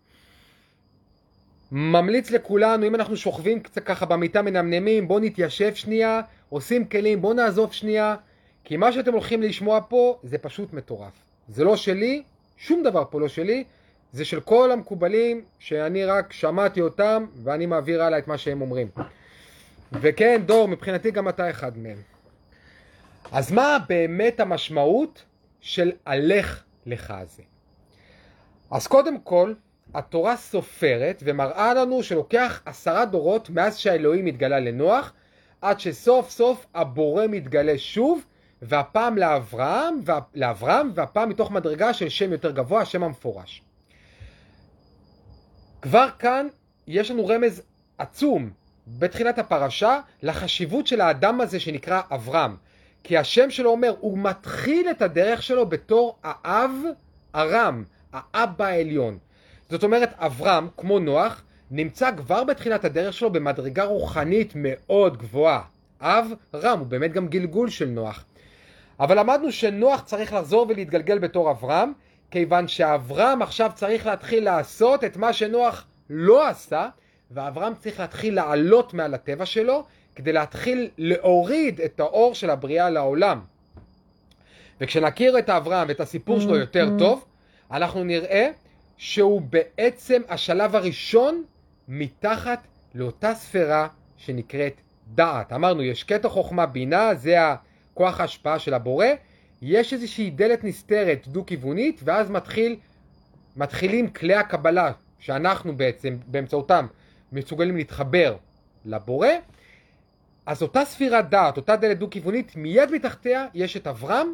ממליץ לכולנו, אם אנחנו שוכבים קצת ככה במיטה מנמנמים, בואו נתיישב שנייה, עושים כלים, בואו נעזוב שנייה, כי מה שאתם הולכים לשמוע פה זה פשוט מטורף. זה לא שלי, שום דבר פה לא שלי, זה של כל המקובלים שאני רק שמעתי אותם ואני מעביר הלאה את מה שהם אומרים. וכן, דור, מבחינתי גם אתה אחד מהם. אז מה באמת המשמעות של הלך לך הזה? אז קודם כל, התורה סופרת ומראה לנו שלוקח עשרה דורות מאז שהאלוהים התגלה לנוח, עד שסוף סוף הבורא מתגלה שוב, והפעם לאברהם, לאברהם, והפעם מתוך מדרגה של שם יותר גבוה, השם המפורש. כבר כאן יש לנו רמז עצום בתחילת הפרשה לחשיבות של האדם הזה שנקרא אברהם. כי השם שלו אומר, הוא מתחיל את הדרך שלו בתור האב ארם, האבא העליון. זאת אומרת, אברהם, כמו נוח, נמצא כבר בתחילת הדרך שלו במדרגה רוחנית מאוד גבוהה. אב רם, הוא באמת גם גלגול של נוח. אבל למדנו שנוח צריך לחזור ולהתגלגל בתור אברהם, כיוון שאברהם עכשיו צריך להתחיל לעשות את מה שנוח לא עשה, ואברהם צריך להתחיל לעלות מעל הטבע שלו, כדי להתחיל להוריד את האור של הבריאה לעולם. וכשנכיר את אברהם ואת הסיפור שלו יותר טוב, אנחנו נראה שהוא בעצם השלב הראשון מתחת לאותה ספירה שנקראת דעת. אמרנו, יש קטע חוכמה בינה, זה הכוח ההשפעה של הבורא, יש איזושהי דלת נסתרת דו-כיוונית, ואז מתחיל, מתחילים כלי הקבלה שאנחנו בעצם באמצעותם מסוגלים להתחבר לבורא. אז אותה ספירת דעת, אותה דלת דו-כיוונית, מיד מתחתיה יש את אברהם,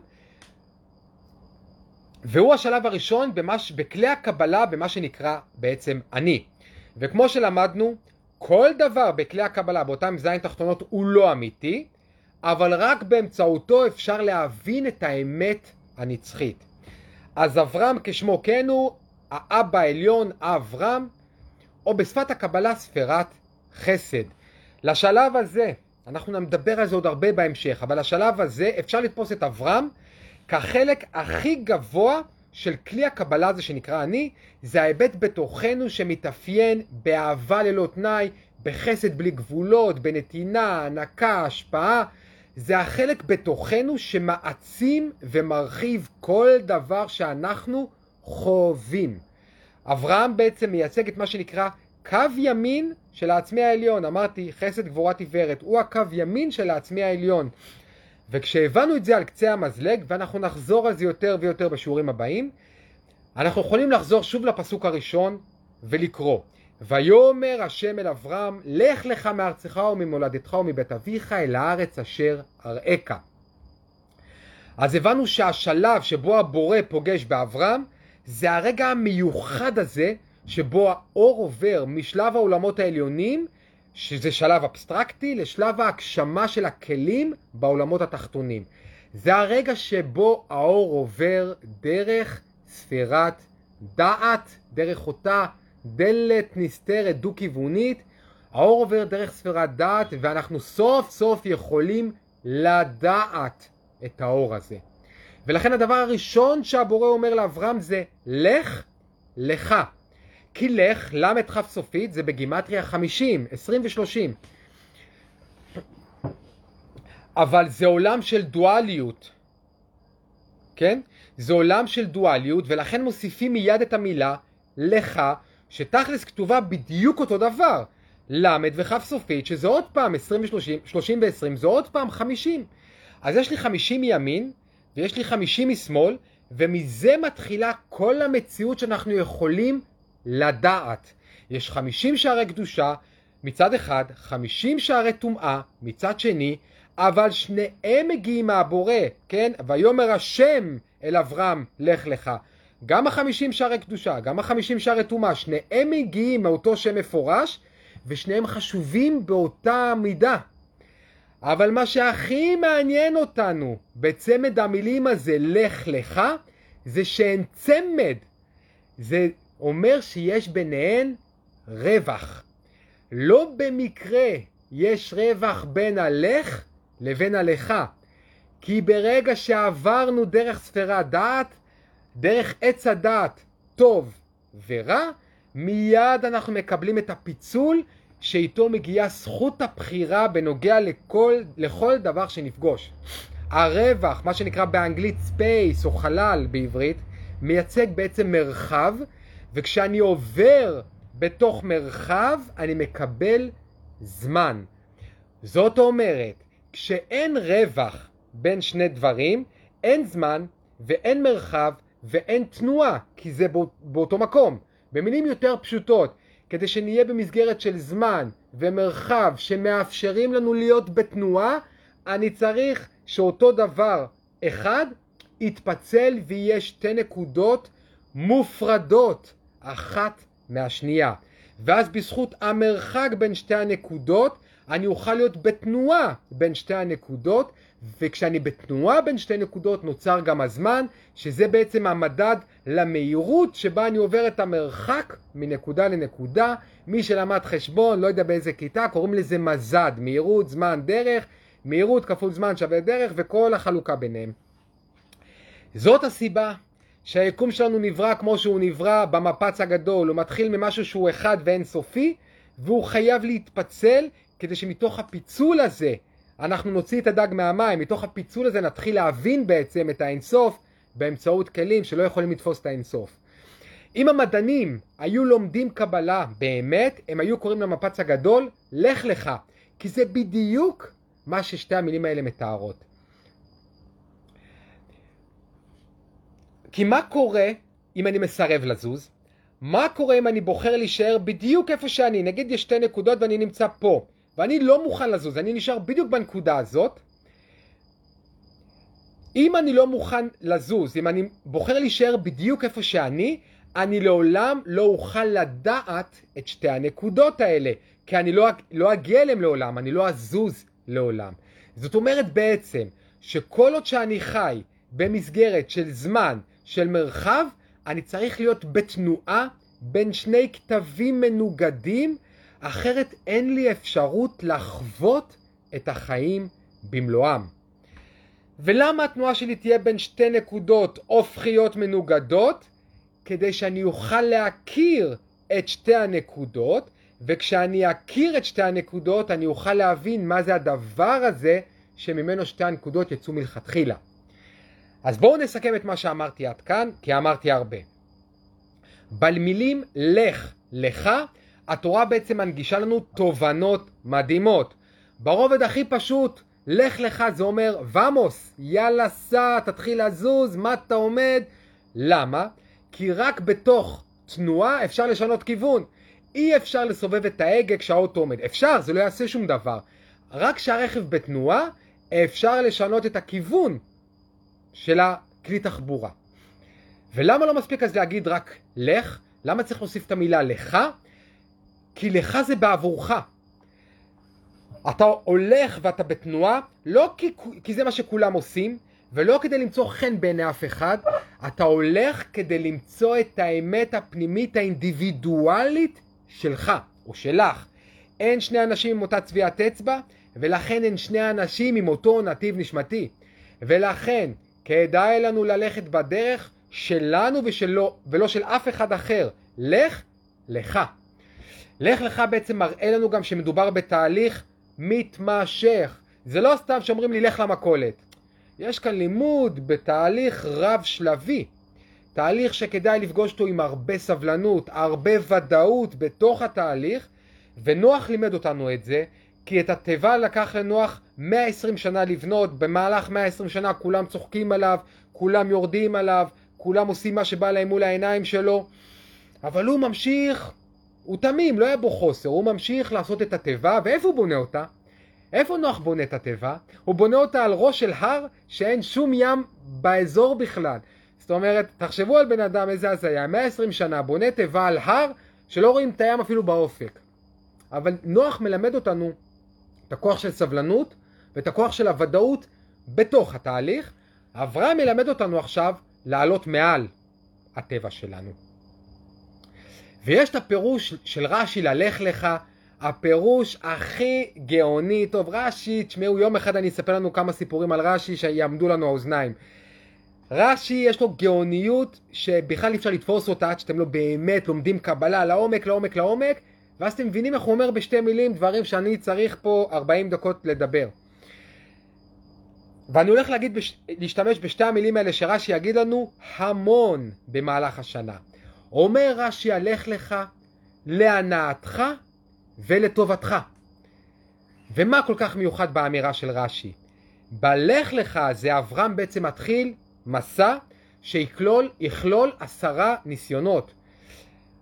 והוא השלב הראשון במש, בכלי הקבלה במה שנקרא בעצם אני. וכמו שלמדנו, כל דבר בכלי הקבלה באותם זין תחתונות הוא לא אמיתי, אבל רק באמצעותו אפשר להבין את האמת הנצחית. אז אברהם כשמו כן הוא, האבא העליון, אברהם, או בשפת הקבלה ספירת חסד. לשלב הזה, אנחנו נדבר על זה עוד הרבה בהמשך, אבל לשלב הזה אפשר לתפוס את אברהם כחלק הכי גבוה של כלי הקבלה הזה שנקרא אני, זה ההיבט בתוכנו שמתאפיין באהבה ללא תנאי, בחסד בלי גבולות, בנתינה, הענקה, השפעה. זה החלק בתוכנו שמעצים ומרחיב כל דבר שאנחנו חווים. אברהם בעצם מייצג את מה שנקרא קו ימין של העצמי העליון. אמרתי, חסד גבורת עיוורת, הוא הקו ימין של העצמי העליון. וכשהבנו את זה על קצה המזלג, ואנחנו נחזור על זה יותר ויותר בשיעורים הבאים, אנחנו יכולים לחזור שוב לפסוק הראשון ולקרוא. ויאמר השם אל אברהם, לך לך מארצך וממולדתך ומבית אביך אל הארץ אשר אראך. אז הבנו שהשלב שבו הבורא פוגש באברהם, זה הרגע המיוחד הזה, שבו האור עובר משלב העולמות העליונים, שזה שלב אבסטרקטי, לשלב ההגשמה של הכלים בעולמות התחתונים. זה הרגע שבו האור עובר דרך ספירת דעת, דרך אותה דלת נסתרת דו-כיוונית. האור עובר דרך ספירת דעת, ואנחנו סוף סוף יכולים לדעת את האור הזה. ולכן הדבר הראשון שהבורא אומר לאברהם זה לך לך. כי לך, למד חף סופית, זה בגימטריה חמישים, עשרים ושלושים. אבל זה עולם של דואליות. כן? זה עולם של דואליות, ולכן מוסיפים מיד את המילה לך, שתכלס כתובה בדיוק אותו דבר. למד וחף סופית, שזה עוד פעם עשרים ושלושים, שלושים ועשרים, זה עוד פעם חמישים. אז יש לי חמישים מימין, ויש לי חמישים משמאל, ומזה מתחילה כל המציאות שאנחנו יכולים לדעת. יש חמישים שערי קדושה מצד אחד, חמישים שערי טומאה מצד שני, אבל שניהם מגיעים מהבורא, כן? ויאמר השם אל אברהם, לך לך. גם החמישים שערי קדושה, גם החמישים שערי טומאה, שניהם מגיעים מאותו שם מפורש, ושניהם חשובים באותה מידה. אבל מה שהכי מעניין אותנו בצמד המילים הזה, לך לך, זה שהן צמד. זה אומר שיש ביניהן רווח. לא במקרה יש רווח בין הלך לבין הלך. כי ברגע שעברנו דרך ספירת דעת, דרך עץ הדעת טוב ורע, מיד אנחנו מקבלים את הפיצול שאיתו מגיעה זכות הבחירה בנוגע לכל, לכל דבר שנפגוש. הרווח, מה שנקרא באנגלית ספייס או חלל בעברית, מייצג בעצם מרחב, וכשאני עובר בתוך מרחב אני מקבל זמן. זאת אומרת, כשאין רווח בין שני דברים, אין זמן ואין מרחב ואין תנועה, כי זה באותו מקום. במילים יותר פשוטות, כדי שנהיה במסגרת של זמן ומרחב שמאפשרים לנו להיות בתנועה, אני צריך שאותו דבר אחד יתפצל ויהיה שתי נקודות מופרדות אחת מהשנייה. ואז בזכות המרחק בין שתי הנקודות, אני אוכל להיות בתנועה בין שתי הנקודות, וכשאני בתנועה בין שתי נקודות נוצר גם הזמן, שזה בעצם המדד למהירות שבה אני עובר את המרחק מנקודה לנקודה. מי שלמד חשבון, לא יודע באיזה כיתה, קוראים לזה מזד, מהירות, זמן, דרך, מהירות כפול זמן שווה דרך, וכל החלוקה ביניהם. זאת הסיבה שהיקום שלנו נברא כמו שהוא נברא במפץ הגדול. הוא מתחיל ממשהו שהוא אחד ואין סופי, והוא חייב להתפצל כדי שמתוך הפיצול הזה אנחנו נוציא את הדג מהמים. מתוך הפיצול הזה נתחיל להבין בעצם את האינסוף באמצעות כלים שלא יכולים לתפוס את האינסוף. אם המדענים היו לומדים קבלה באמת, הם היו קוראים למפץ הגדול לך לך, כי זה בדיוק מה ששתי המילים האלה מתארות. כי מה קורה אם אני מסרב לזוז? מה קורה אם אני בוחר להישאר בדיוק איפה שאני? נגיד יש שתי נקודות ואני נמצא פה, ואני לא מוכן לזוז, אני נשאר בדיוק בנקודה הזאת. אם אני לא מוכן לזוז, אם אני בוחר להישאר בדיוק איפה שאני, אני לעולם לא אוכל לדעת את שתי הנקודות האלה, כי אני לא, לא אגיע אליהם לעולם, אני לא אזוז לעולם. זאת אומרת בעצם שכל עוד שאני חי במסגרת של זמן, של מרחב, אני צריך להיות בתנועה בין שני כתבים מנוגדים, אחרת אין לי אפשרות לחוות את החיים במלואם. ולמה התנועה שלי תהיה בין שתי נקודות הופכיות מנוגדות? כדי שאני אוכל להכיר את שתי הנקודות, וכשאני אכיר את שתי הנקודות אני אוכל להבין מה זה הדבר הזה שממנו שתי הנקודות יצאו מלכתחילה. אז בואו נסכם את מה שאמרתי עד כאן, כי אמרתי הרבה. במילים לך, לך, התורה בעצם מנגישה לנו תובנות מדהימות. ברובד הכי פשוט, לך לך זה אומר ומוס, יאללה סע, תתחיל לזוז, מה אתה עומד? למה? כי רק בתוך תנועה אפשר לשנות כיוון. אי אפשר לסובב את ההגה כשהאוטו עומד. אפשר, זה לא יעשה שום דבר. רק כשהרכב בתנועה אפשר לשנות את הכיוון של הכלי תחבורה. ולמה לא מספיק אז להגיד רק לך? למה צריך להוסיף את המילה לך? כי לך זה בעבורך. אתה הולך ואתה בתנועה, לא כי, כי זה מה שכולם עושים, ולא כדי למצוא חן בעיני אף אחד, אתה הולך כדי למצוא את האמת הפנימית האינדיבידואלית שלך או שלך. אין שני אנשים עם אותה צביעת אצבע, ולכן אין שני אנשים עם אותו נתיב נשמתי. ולכן כדאי לנו ללכת בדרך שלנו ושלו, ולא של אף אחד אחר. לך לך. לך לך בעצם מראה לנו גם שמדובר בתהליך מתמשך. זה לא סתם שאומרים לי לך למכולת. יש כאן לימוד בתהליך רב שלבי. תהליך שכדאי לפגוש אותו עם הרבה סבלנות, הרבה ודאות בתוך התהליך, ונוח לימד אותנו את זה, כי את התיבה לקח לנוח מאה ועשרים שנה לבנות. במהלך מאה ועשרים שנה כולם צוחקים עליו, כולם יורדים עליו, כולם עושים מה שבא להם מול העיניים שלו, אבל הוא ממשיך, הוא תמים, לא היה בו חוסר, הוא ממשיך לעשות את התיבה. ואיפה הוא בונה אותה? איפה נוח בונה את התיבה? הוא בונה אותה על ראש של הר שאין שום ים באזור בכלל. זאת אומרת, תחשבו על בן אדם איזה הזיה, מאה ועשרים שנה בונה תיבה על הר שלא רואים את הים אפילו באופק. אבל נוח מלמד אותנו את הכוח של סבלנות ואת הכוח של הוודאות בתוך התהליך. אברהם מלמד אותנו עכשיו לעלות מעל הטבע שלנו. ויש את הפירוש של רש"י ללך לך, הפירוש הכי גאוני. טוב, רש"י, תשמעו, יום אחד אני אספר לנו כמה סיפורים על רש"י שיעמדו לנו האוזניים. רש"י יש לו גאוניות שבכלל אפשר לתפוס אותה עד שאתם לא באמת לומדים קבלה לעומק, לעומק, לעומק, ואז אתם מבינים איך הוא אומר בשתי מילים דברים שאני צריך פה ארבעים דקות לדבר. ואני הולך להגיד, בש... להשתמש בשתי המילים האלה שרש"י יגיד לנו המון במהלך השנה. אומר רש"י, הלך לך להנאתך ולטובתך. ומה כל כך מיוחד באמירה של רש"י? בלך לך זה אברהם בעצם מתחיל מסע שיכלול יכלול עשרה ניסיונות.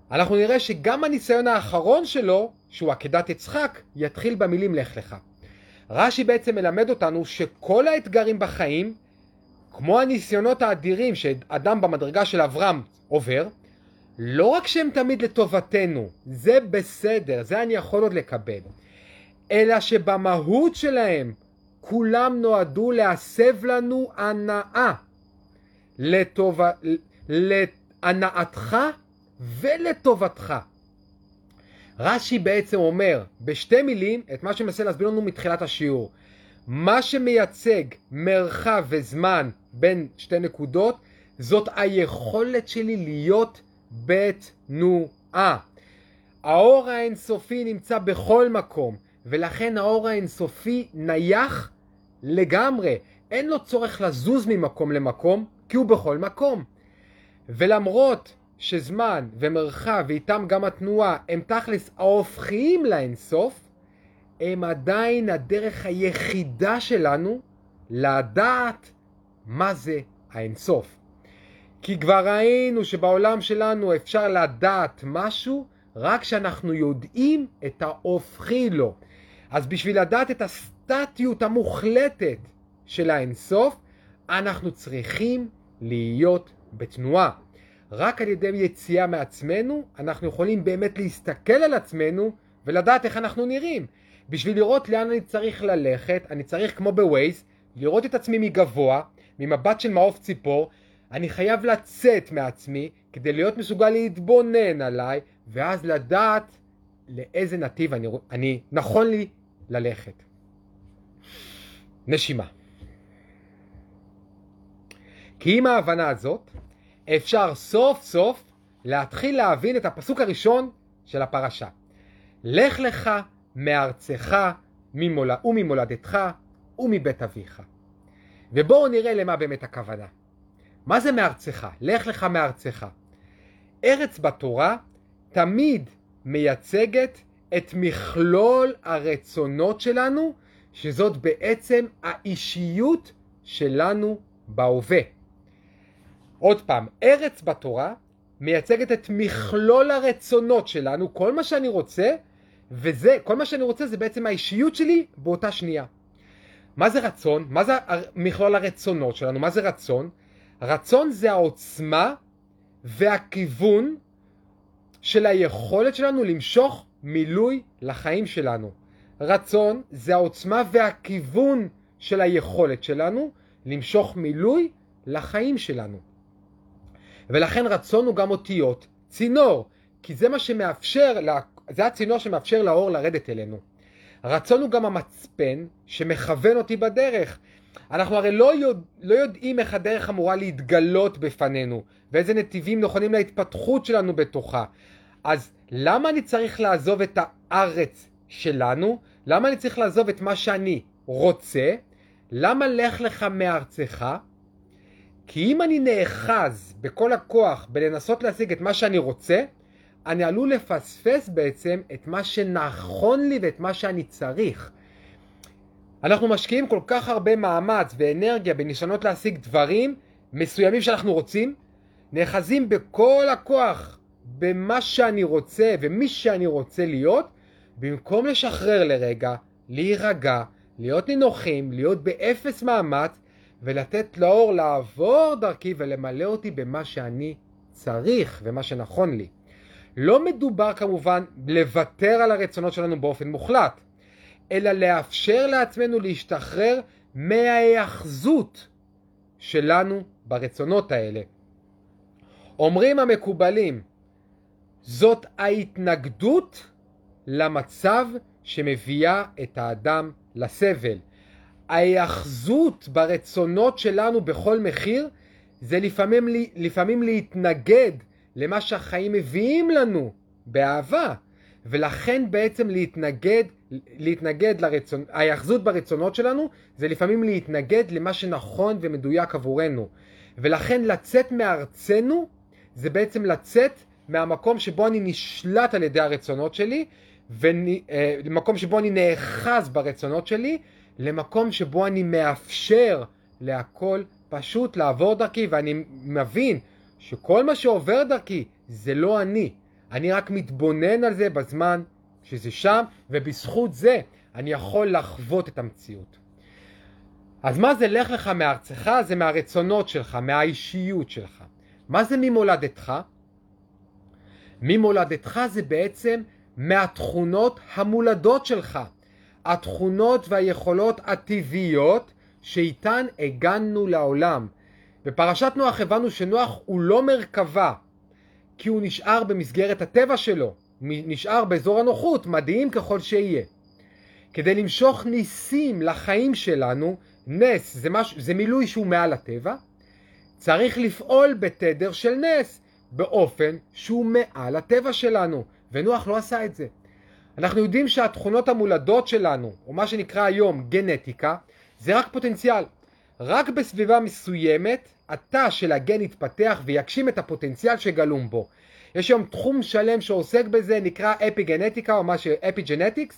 אנחנו נראה שגם הניסיון האחרון שלו, שהוא עקדת יצחק, יתחיל במילים לך לך. רש"י בעצם מלמד אותנו שכל האתגרים בחיים, כמו הניסיונות האדירים שאדם במדרגה של אברהם עובר, לא רק שהם תמיד לטובתנו, זה בסדר, זה אני יכול עוד לקבל, אלא שבמהות שלהם כולם נועדו להסב לנו הנאה, לטוב... להנאתך ולטובתך. רש"י בעצם אומר בשתי מילים את מה שמנסה להסביר לנו מתחילת השיעור. מה שמייצג מרחב וזמן בין שתי נקודות, זאת היכולת שלי להיות בתנועה. האור האינסופי נמצא בכל מקום, ולכן האור האינסופי נייח לגמרי. אין לו צורך לזוז ממקום למקום, כי הוא בכל מקום. ולמרות שזמן ומרחב ואיתם גם התנועה הם תכלס ההופכיים לאינסוף, הם עדיין הדרך היחידה שלנו לדעת מה זה האינסוף. כי כבר ראינו שבעולם שלנו אפשר לדעת משהו רק כשאנחנו יודעים את ההופכי לו. אז בשביל לדעת את הסטטיות המוחלטת של האינסוף, אנחנו צריכים להיות בתנועה. רק על ידי יציאה מעצמנו, אנחנו יכולים באמת להסתכל על עצמנו ולדעת איך אנחנו נראים. בשביל לראות לאן אני צריך ללכת, אני צריך כמו בווייז, לראות את עצמי מגבוה, ממבט של מעוף ציפור, אני חייב לצאת מעצמי כדי להיות מסוגל להתבונן עליי, ואז לדעת לאיזה נתיב אני, אני נכון לי ללכת. נשימה. כי עם ההבנה הזאת, אפשר סוף סוף להתחיל להבין את הפסוק הראשון של הפרשה. לך לך מארצך ממול... וממולדתך ומבית אביך. ובואו נראה למה באמת הכוונה. מה זה מארצך? לך לך מארצך. ארץ בתורה תמיד מייצגת את מכלול הרצונות שלנו, שזאת בעצם האישיות שלנו בהווה. עוד פעם, ארץ בתורה מייצגת את מכלול הרצונות שלנו, כל מה שאני רוצה, וזה, כל מה שאני רוצה זה בעצם האישיות שלי באותה שנייה. מה זה רצון? מה זה מכלול הרצונות שלנו? מה זה רצון? רצון זה העוצמה והכיוון של היכולת שלנו למשוך מילוי לחיים שלנו. רצון זה העוצמה והכיוון של היכולת שלנו למשוך מילוי לחיים שלנו. ולכן רצון הוא גם אותיות צינור, כי זה מה שמאפשר, זה הצינור שמאפשר לאור לרדת אלינו. רצון הוא גם המצפן שמכוון אותי בדרך. אנחנו הרי לא, יודע, לא יודעים איך הדרך אמורה להתגלות בפנינו, ואיזה נתיבים נכונים להתפתחות שלנו בתוכה. אז למה אני צריך לעזוב את הארץ שלנו? למה אני צריך לעזוב את מה שאני רוצה? למה לך לך מארצך? כי אם אני נאחז בכל הכוח בלנסות להשיג את מה שאני רוצה, אני עלול לפספס בעצם את מה שנכון לי ואת מה שאני צריך. אנחנו משקיעים כל כך הרבה מאמץ ואנרגיה בניסיונות להשיג דברים מסוימים שאנחנו רוצים, נאחזים בכל הכוח במה שאני רוצה ומי שאני רוצה להיות, במקום לשחרר לרגע, להירגע, להיות נינוחים, להיות באפס מאמץ, ולתת לאור לעבור דרכי ולמלא אותי במה שאני צריך ומה שנכון לי. לא מדובר כמובן לוותר על הרצונות שלנו באופן מוחלט, אלא לאפשר לעצמנו להשתחרר מההיאחזות שלנו ברצונות האלה. אומרים המקובלים, זאת ההתנגדות למצב שמביאה את האדם לסבל. ההיאחזות ברצונות שלנו בכל מחיר זה לפעמים, לפעמים להתנגד למה שהחיים מביאים לנו באהבה, ולכן בעצם להתנגד, להתנגד לרצון, ההיאחזות ברצונות שלנו זה לפעמים להתנגד למה שנכון ומדויק עבורנו, ולכן לצאת מארצנו זה בעצם לצאת מהמקום שבו אני נשלט על ידי הרצונות שלי, ולמקום שבו אני נאחז ברצונות שלי, למקום שבו אני מאפשר להכל פשוט לעבור דרכי, ואני מבין שכל מה שעובר דרכי זה לא אני. אני רק מתבונן על זה בזמן שזה שם, ובזכות זה אני יכול לחוות את המציאות. אז מה זה לך לך מארצך? זה מהרצונות שלך, מהאישיות שלך. מה זה ממולדתך? ממולדתך זה בעצם מהתכונות המולדות שלך. התכונות והיכולות הטבעיות שאיתן הגענו לעולם. בפרשת נוח הבנו שנוח הוא לא מרכבה, כי הוא נשאר במסגרת הטבע שלו, נשאר באזור הנוחות, מדהים ככל שיהיה. כדי למשוך ניסים לחיים שלנו, נס זה, מש... זה מילוי שהוא מעל הטבע, צריך לפעול בתדר של נס, באופן שהוא מעל הטבע שלנו, ונוח לא עשה את זה. אנחנו יודעים שהתכונות המולדות שלנו, או מה שנקרא היום גנטיקה, זה רק פוטנציאל. רק בסביבה מסוימת, התא של הגן יתפתח ויגשים את הפוטנציאל שגלום בו. יש היום תחום שלם שעוסק בזה, נקרא אפיגנטיקה או מה שאפיג'נטיקס,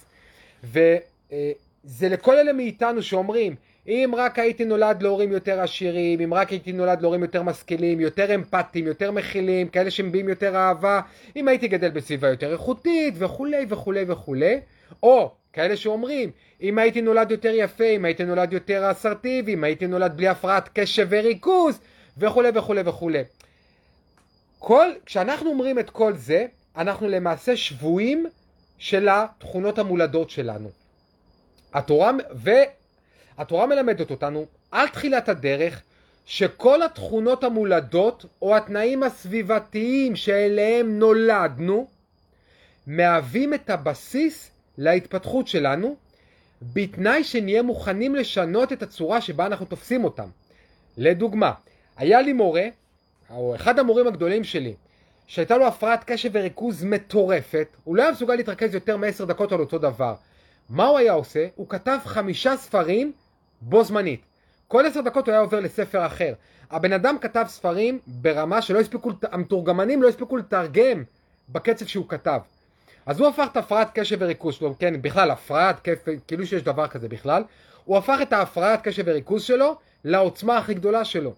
וזה לכל אלה מאיתנו שאומרים, אם רק הייתי נולד להורים יותר עשירים, אם רק הייתי נולד להורים יותר משכילים, יותר אמפתיים, יותר מכילים, כאלה שמביעים יותר אהבה, אם הייתי גדל בסביבה יותר איכותית וכולי וכולי וכולי, או כאלה שאומרים, אם הייתי נולד יותר יפה, אם הייתי נולד יותר אסרטיבי, אם הייתי נולד בלי הפרעת קשב וריכוז וכולי וכולי וכולי. כל, כשאנחנו אומרים את כל זה, אנחנו למעשה שבויים של התכונות המולדות שלנו. התורה, והתורה מלמדת אותנו על תחילת הדרך שכל התכונות המולדות או התנאים הסביבתיים שאליהם נולדנו מהווים את הבסיס להתפתחות שלנו, בתנאי שנהיה מוכנים לשנות את הצורה שבה אנחנו תופסים אותם. לדוגמה, היה לי מורה, או אחד המורים הגדולים שלי, שהייתה לו הפרעת קשב וריכוז מטורפת, הוא לא היה מסוגל להתרכז יותר מעשר דקות על אותו דבר. מה הוא היה עושה? הוא כתב חמישה ספרים בו זמנית. כל עשר דקות הוא היה עובר לספר אחר. הבן אדם כתב ספרים ברמה שלא הספיקו, המתורגמנים לא הספיקו לתרגם בקצב שהוא כתב. אז הוא הפך את הפרעת קשב וריכוז שלו, כן, בכלל, הפרעת, כאילו שיש דבר כזה בכלל, הוא הפך את ההפרעת קשב וריכוז שלו לעוצמה הכי גדולה שלו.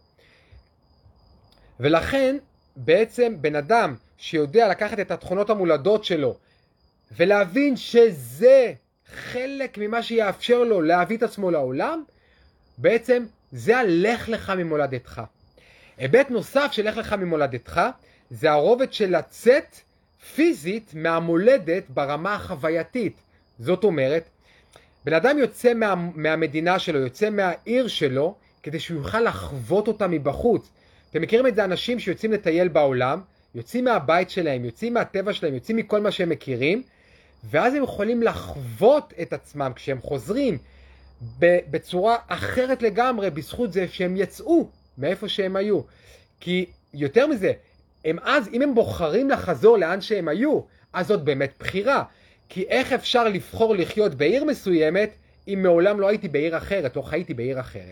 ולכן, בעצם, בן אדם שיודע לקחת את התכונות המולדות שלו, ולהבין שזה חלק ממה שיאפשר לו להביא את עצמו לעולם, בעצם זה הלך לך ממולדתך. היבט נוסף של לך לך ממולדתך, זה הרובד של לצאת פיזית מהמולדת ברמה החווייתית. זאת אומרת, בן אדם יוצא מה, מהמדינה שלו, יוצא מהעיר שלו, כדי שהוא יוכל לחוות אותה מבחוץ. אתם מכירים את זה אנשים שיוצאים לטייל בעולם, יוצאים מהבית שלהם, יוצאים מהטבע שלהם, יוצאים מכל מה שהם מכירים, ואז הם יכולים לחוות את עצמם כשהם חוזרים בצורה אחרת לגמרי, בזכות זה שהם יצאו מאיפה שהם היו. כי יותר מזה, הם אז, אם הם בוחרים לחזור לאן שהם היו, אז זאת באמת בחירה. כי איך אפשר לבחור לחיות בעיר מסוימת, אם מעולם לא הייתי בעיר אחרת, או חייתי בעיר אחרת.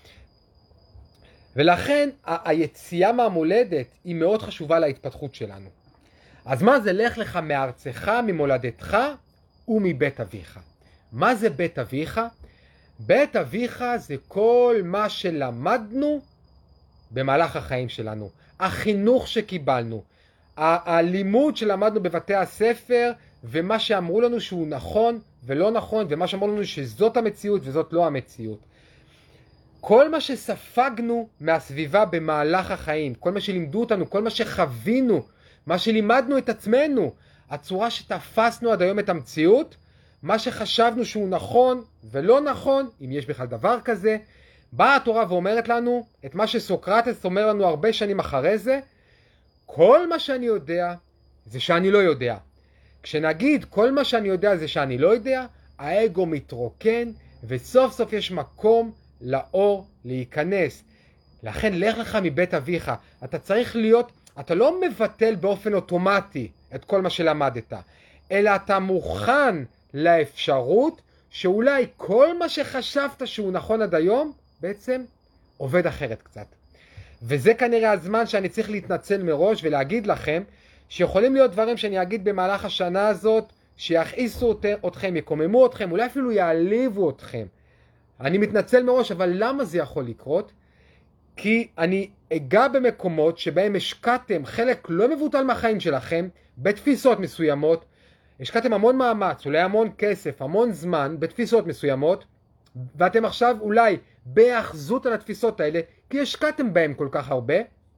ולכן, ה- היציאה מהמולדת היא מאוד חשובה להתפתחות שלנו. אז מה זה לך לך מארצך, ממולדתך ומבית אביך? מה זה בית אביך? בית אביך זה כל מה שלמדנו במהלך החיים שלנו. החינוך שקיבלנו, ה- הלימוד שלמדנו בבתי הספר, ומה שאמרו לנו שהוא נכון ולא נכון, ומה שאמרו לנו שזאת המציאות וזאת לא המציאות. כל מה שספגנו מהסביבה במהלך החיים, כל מה שלימדו אותנו, כל מה שחווינו, מה שלימדנו את עצמנו, הצורה שתפסנו עד היום את המציאות, מה שחשבנו שהוא נכון ולא נכון, אם יש בכלל דבר כזה, באה התורה ואומרת לנו את מה שסוקרטס אומר לנו הרבה שנים אחרי זה, כל מה שאני יודע זה שאני לא יודע. כשנגיד כל מה שאני יודע זה שאני לא יודע, האגו מתרוקן וסוף סוף יש מקום לאור להיכנס. לכן לך לך מבית אביך. אתה צריך להיות, אתה לא מבטל באופן אוטומטי את כל מה שלמדת, אלא אתה מוכן לאפשרות שאולי כל מה שחשבת שהוא נכון עד היום, בעצם עובד אחרת קצת. וזה כנראה הזמן שאני צריך להתנצל מראש ולהגיד לכם, שיכולים להיות דברים שאני אגיד במהלך השנה הזאת, שיכעיסו אתכם, יקוממו אתכם, אולי אפילו יעליבו אתכם. אני מתנצל מראש, אבל למה זה יכול לקרות? כי אני אגע במקומות שבהם השקעתם חלק לא מבוטל מהחיים שלכם, בתפיסות מסוימות, השקעתם המון מאמץ, אולי המון כסף, המון זמן, בתפיסות מסוימות, ואתם עכשיו אולי באחזות על התפיסות האלה, כי השקעתם בהם כל כך הרבה,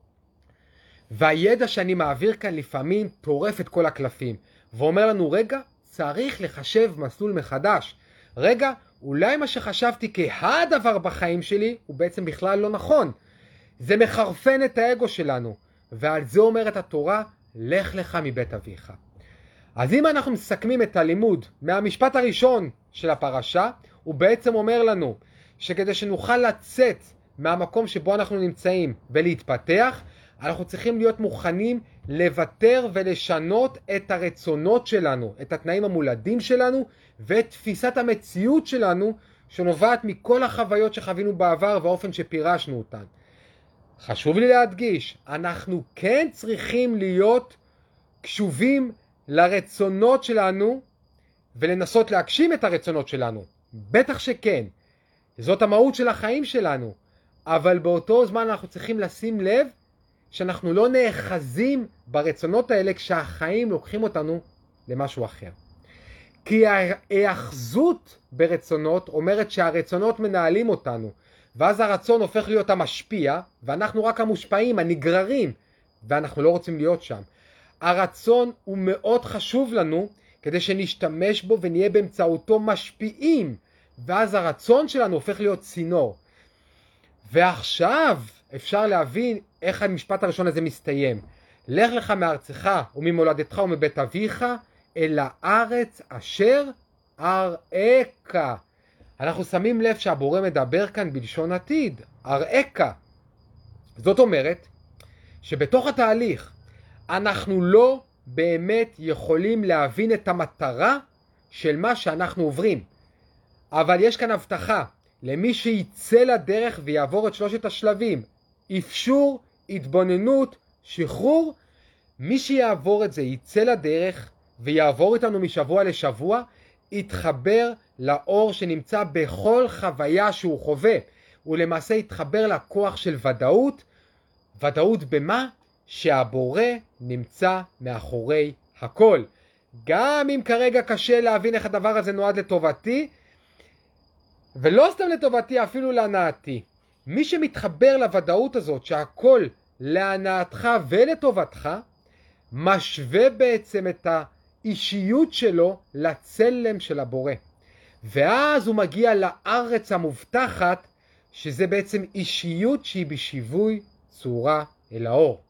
והידע שאני מעביר כאן לפעמים טורף את כל הקלפים, ואומר לנו, רגע, צריך לחשב מסלול מחדש. רגע, אולי מה שחשבתי כהדבר בחיים שלי, הוא בעצם בכלל לא נכון. זה מחרפן את האגו שלנו, ועל זה אומרת התורה, לך לך מבית אביך. אז אם אנחנו מסכמים את הלימוד מהמשפט הראשון של הפרשה, הוא בעצם אומר לנו, שכדי שנוכל לצאת מהמקום שבו אנחנו נמצאים ולהתפתח, אנחנו צריכים להיות מוכנים לוותר ולשנות את הרצונות שלנו, את התנאים המולדים שלנו, ואת תפיסת המציאות שלנו, שנובעת מכל החוויות שחווינו בעבר והאופן שפירשנו אותן. חשוב לי להדגיש, אנחנו כן צריכים להיות קשובים לרצונות שלנו, ולנסות להגשים את הרצונות שלנו. בטח שכן. זאת המהות של החיים שלנו. אבל באותו זמן אנחנו צריכים לשים לב, שאנחנו לא נאחזים ברצונות האלה כשהחיים לוקחים אותנו למשהו אחר. כי ההאחזות ברצונות אומרת שהרצונות מנהלים אותנו, ואז הרצון הופך להיות המשפיע, ואנחנו רק המושפעים, הנגררים, ואנחנו לא רוצים להיות שם. הרצון הוא מאוד חשוב לנו, כדי שנשתמש בו ונהיה באמצעותו משפיעים, ואז הרצון שלנו הופך להיות צינור. ועכשיו אפשר להבין איך המשפט הראשון הזה מסתיים. לך לך מארצך וממולדתך ומבית אביך אל הארץ אשר אראך. אנחנו שמים לב שהבורא מדבר כאן בלשון עתיד, אראך. זאת אומרת שבתוך התהליך אנחנו לא באמת יכולים להבין את המטרה של מה שאנחנו עוברים. אבל יש כאן הבטחה למי שיצא לדרך ויעבור את שלושת השלבים, אפשור, התבוננות, שחרור. מי שיעבור את זה, יצא לדרך ויעבור איתנו משבוע לשבוע, יתחבר לאור שנמצא בכל חוויה שהוא חווה. הוא למעשה יתחבר לכוח של ודאות. ודאות במה? שהבורא נמצא מאחורי הכל. גם אם כרגע קשה להבין איך הדבר הזה נועד לטובתי, ולא סתם לטובתי, אפילו להנאתי. מי שמתחבר לוודאות הזאת שהכל להנאתך ולטובתך, משווה בעצם את האישיות שלו לצלם של הבורא. ואז הוא מגיע לארץ המובטחת, שזה בעצם אישיות שהיא בשיווי צורה אל האור.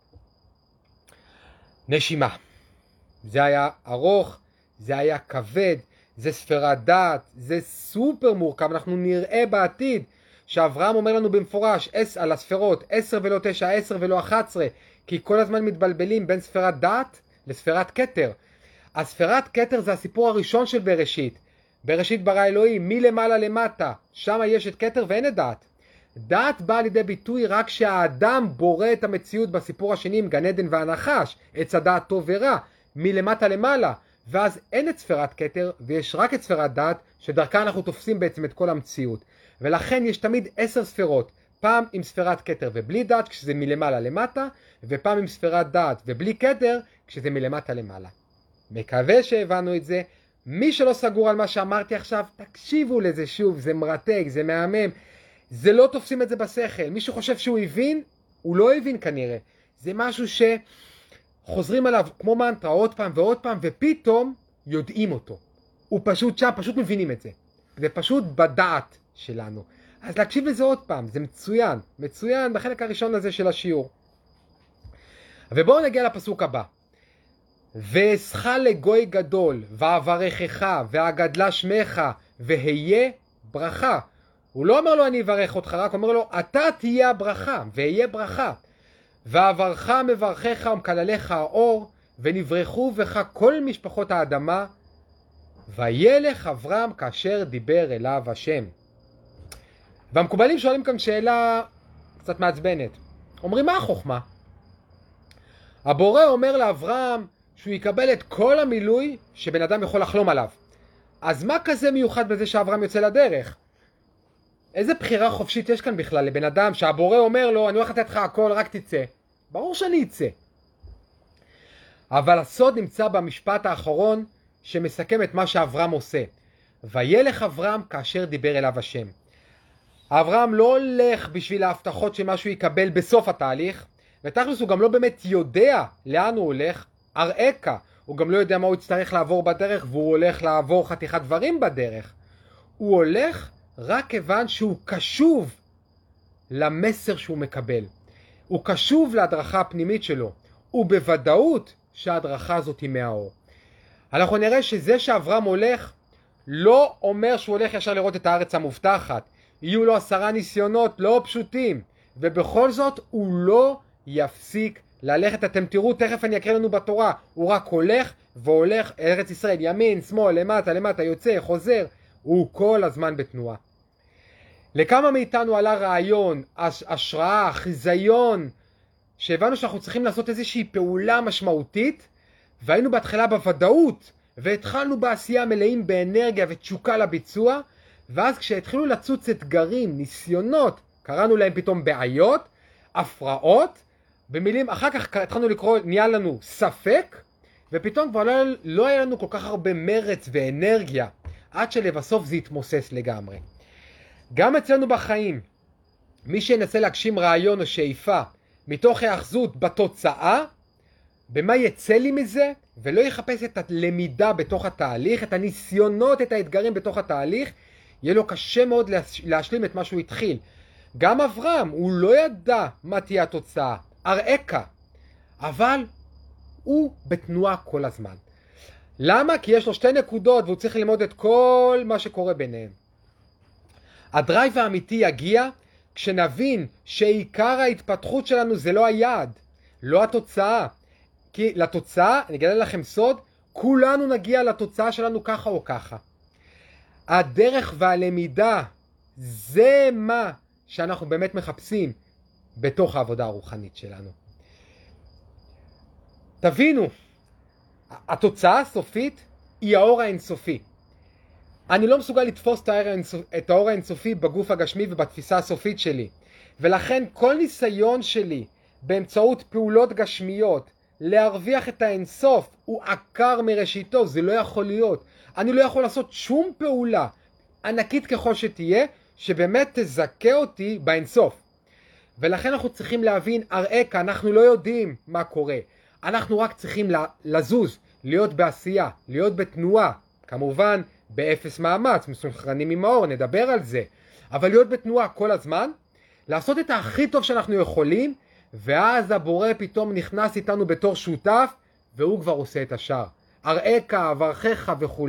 נשימה. זה היה ארוך, זה היה כבד, זה ספירת דעת, זה סופר מורכב. אנחנו נראה בעתיד שאברהם אומר לנו במפורש על הספירות עשר ולא תשע, עשר ולא אחת עשרה, כי כל הזמן מתבלבלים בין ספירת דעת לספירת כתר. הספירת כתר זה הסיפור הראשון של בראשית. בראשית ברא אלוהים, מלמעלה למטה, שם יש את כתר ואין את דעת. דעת באה לידי ביטוי רק שהאדם בורא את המציאות בסיפור השני עם גן עדן והנחש, עץ הדעת טוב ורע, מלמטה למעלה, ואז אין את ספירת כתר ויש רק את ספירת דעת, שדרכה אנחנו תופסים בעצם את כל המציאות. ולכן יש תמיד עשר ספירות, פעם עם ספירת כתר ובלי דעת כשזה מלמעלה למטה, ופעם עם ספירת דעת ובלי כתר כשזה מלמטה למעלה. מקווה שהבנו את זה. מי שלא סגור על מה שאמרתי עכשיו, תקשיבו לזה שוב, זה מרתק, זה מהמם. זה לא תופסים את זה בשכל. מי שחושב שהוא הבין, הוא לא הבין כנראה. זה משהו שחוזרים עליו כמו מנטרה עוד פעם ועוד פעם, ופתאום יודעים אותו. הוא פשוט שם, פשוט מבינים את זה. זה פשוט בדעת שלנו. אז להקשיב לזה עוד פעם, זה מצוין. מצוין בחלק הראשון הזה של השיעור. ובואו נגיע לפסוק הבא. ואעשך לגוי גדול, ואברכך, ואגדלה שמך, והיה ברכה. הוא לא אומר לו אני אברך אותך, רק אומר לו אתה תהיה הברכה, והיה ברכה. ואברך מברכך ומקלליך האור, ונברחו בך כל משפחות האדמה, וילך אברהם כאשר דיבר אליו השם. והמקובלים שואלים כאן שאלה קצת מעצבנת. אומרים מה החוכמה? הבורא אומר לאברהם שהוא יקבל את כל המילוי שבן אדם יכול לחלום עליו. אז מה כזה מיוחד בזה שאברהם יוצא לדרך? איזה בחירה חופשית יש כאן בכלל לבן אדם שהבורא אומר לו, אני הולך לתת לך הכל, רק תצא. ברור שאני אצא. אבל הסוד נמצא במשפט האחרון שמסכם את מה שאברהם עושה. וילך אברהם כאשר דיבר אליו השם. אברהם לא הולך בשביל ההבטחות שמשהו שהוא יקבל בסוף התהליך, ותכלס הוא גם לא באמת יודע לאן הוא הולך, אראך, הוא גם לא יודע מה הוא יצטרך לעבור בדרך, והוא הולך לעבור חתיכת דברים בדרך. הוא הולך רק כיוון שהוא קשוב למסר שהוא מקבל. הוא קשוב להדרכה הפנימית שלו, ובוודאות שההדרכה הזאת היא מהאור. אנחנו נראה שזה שאברהם הולך, לא אומר שהוא הולך ישר לראות את הארץ המובטחת. יהיו לו עשרה ניסיונות לא פשוטים, ובכל זאת הוא לא יפסיק ללכת. אתם תראו, תכף אני אקריא לנו בתורה, הוא רק הולך והולך ארץ ישראל, ימין, שמאל, למטה, למטה, יוצא, חוזר, הוא כל הזמן בתנועה. לכמה מאיתנו עלה רעיון, השראה, חיזיון, שהבנו שאנחנו צריכים לעשות איזושהי פעולה משמעותית, והיינו בהתחלה בוודאות, והתחלנו בעשייה מלאים באנרגיה ותשוקה לביצוע, ואז כשהתחילו לצוץ אתגרים, ניסיונות, קראנו להם פתאום בעיות, הפרעות, במילים, אחר כך התחלנו לקרוא, נהיה לנו ספק, ופתאום כבר לא, לא היה לנו כל כך הרבה מרץ ואנרגיה, עד שלבסוף זה יתמוסס לגמרי. גם אצלנו בחיים, מי שינסה להגשים רעיון או שאיפה, מתוך האחזות בתוצאה, במה יצא לי מזה, ולא יחפש את הלמידה בתוך התהליך, את הניסיונות, את האתגרים בתוך התהליך, יהיה לו קשה מאוד להשלים את מה שהוא התחיל. גם אברהם, הוא לא ידע מה תהיה התוצאה, אראך, אבל הוא בתנועה כל הזמן. למה? כי יש לו שתי נקודות והוא צריך ללמוד את כל מה שקורה ביניהם. הדרייב האמיתי יגיע כשנבין שעיקר ההתפתחות שלנו זה לא היעד, לא התוצאה. כי לתוצאה, אני אגלה לכם סוד, כולנו נגיע לתוצאה שלנו ככה או ככה. הדרך והלמידה זה מה שאנחנו באמת מחפשים בתוך העבודה הרוחנית שלנו. תבינו, התוצאה הסופית היא האור האינסופי. אני לא מסוגל לתפוס את האור האינסופי בגוף הגשמי ובתפיסה הסופית שלי. ולכן כל ניסיון שלי באמצעות פעולות גשמיות להרוויח את האינסוף הוא עקר מראשיתו, זה לא יכול להיות. אני לא יכול לעשות שום פעולה ענקית ככל שתהיה שבאמת תזכה אותי באינסוף. ולכן אנחנו צריכים להבין, אראך, אנחנו לא יודעים מה קורה. אנחנו רק צריכים לזוז, להיות בעשייה, להיות בתנועה. כמובן, באפס מאמץ, מסונכרנים עם האור, נדבר על זה. אבל להיות בתנועה כל הזמן, לעשות את הכי טוב שאנחנו יכולים, ואז הבורא פתאום נכנס איתנו בתור שותף, והוא כבר עושה את השאר. אראך, אברכך וכו'.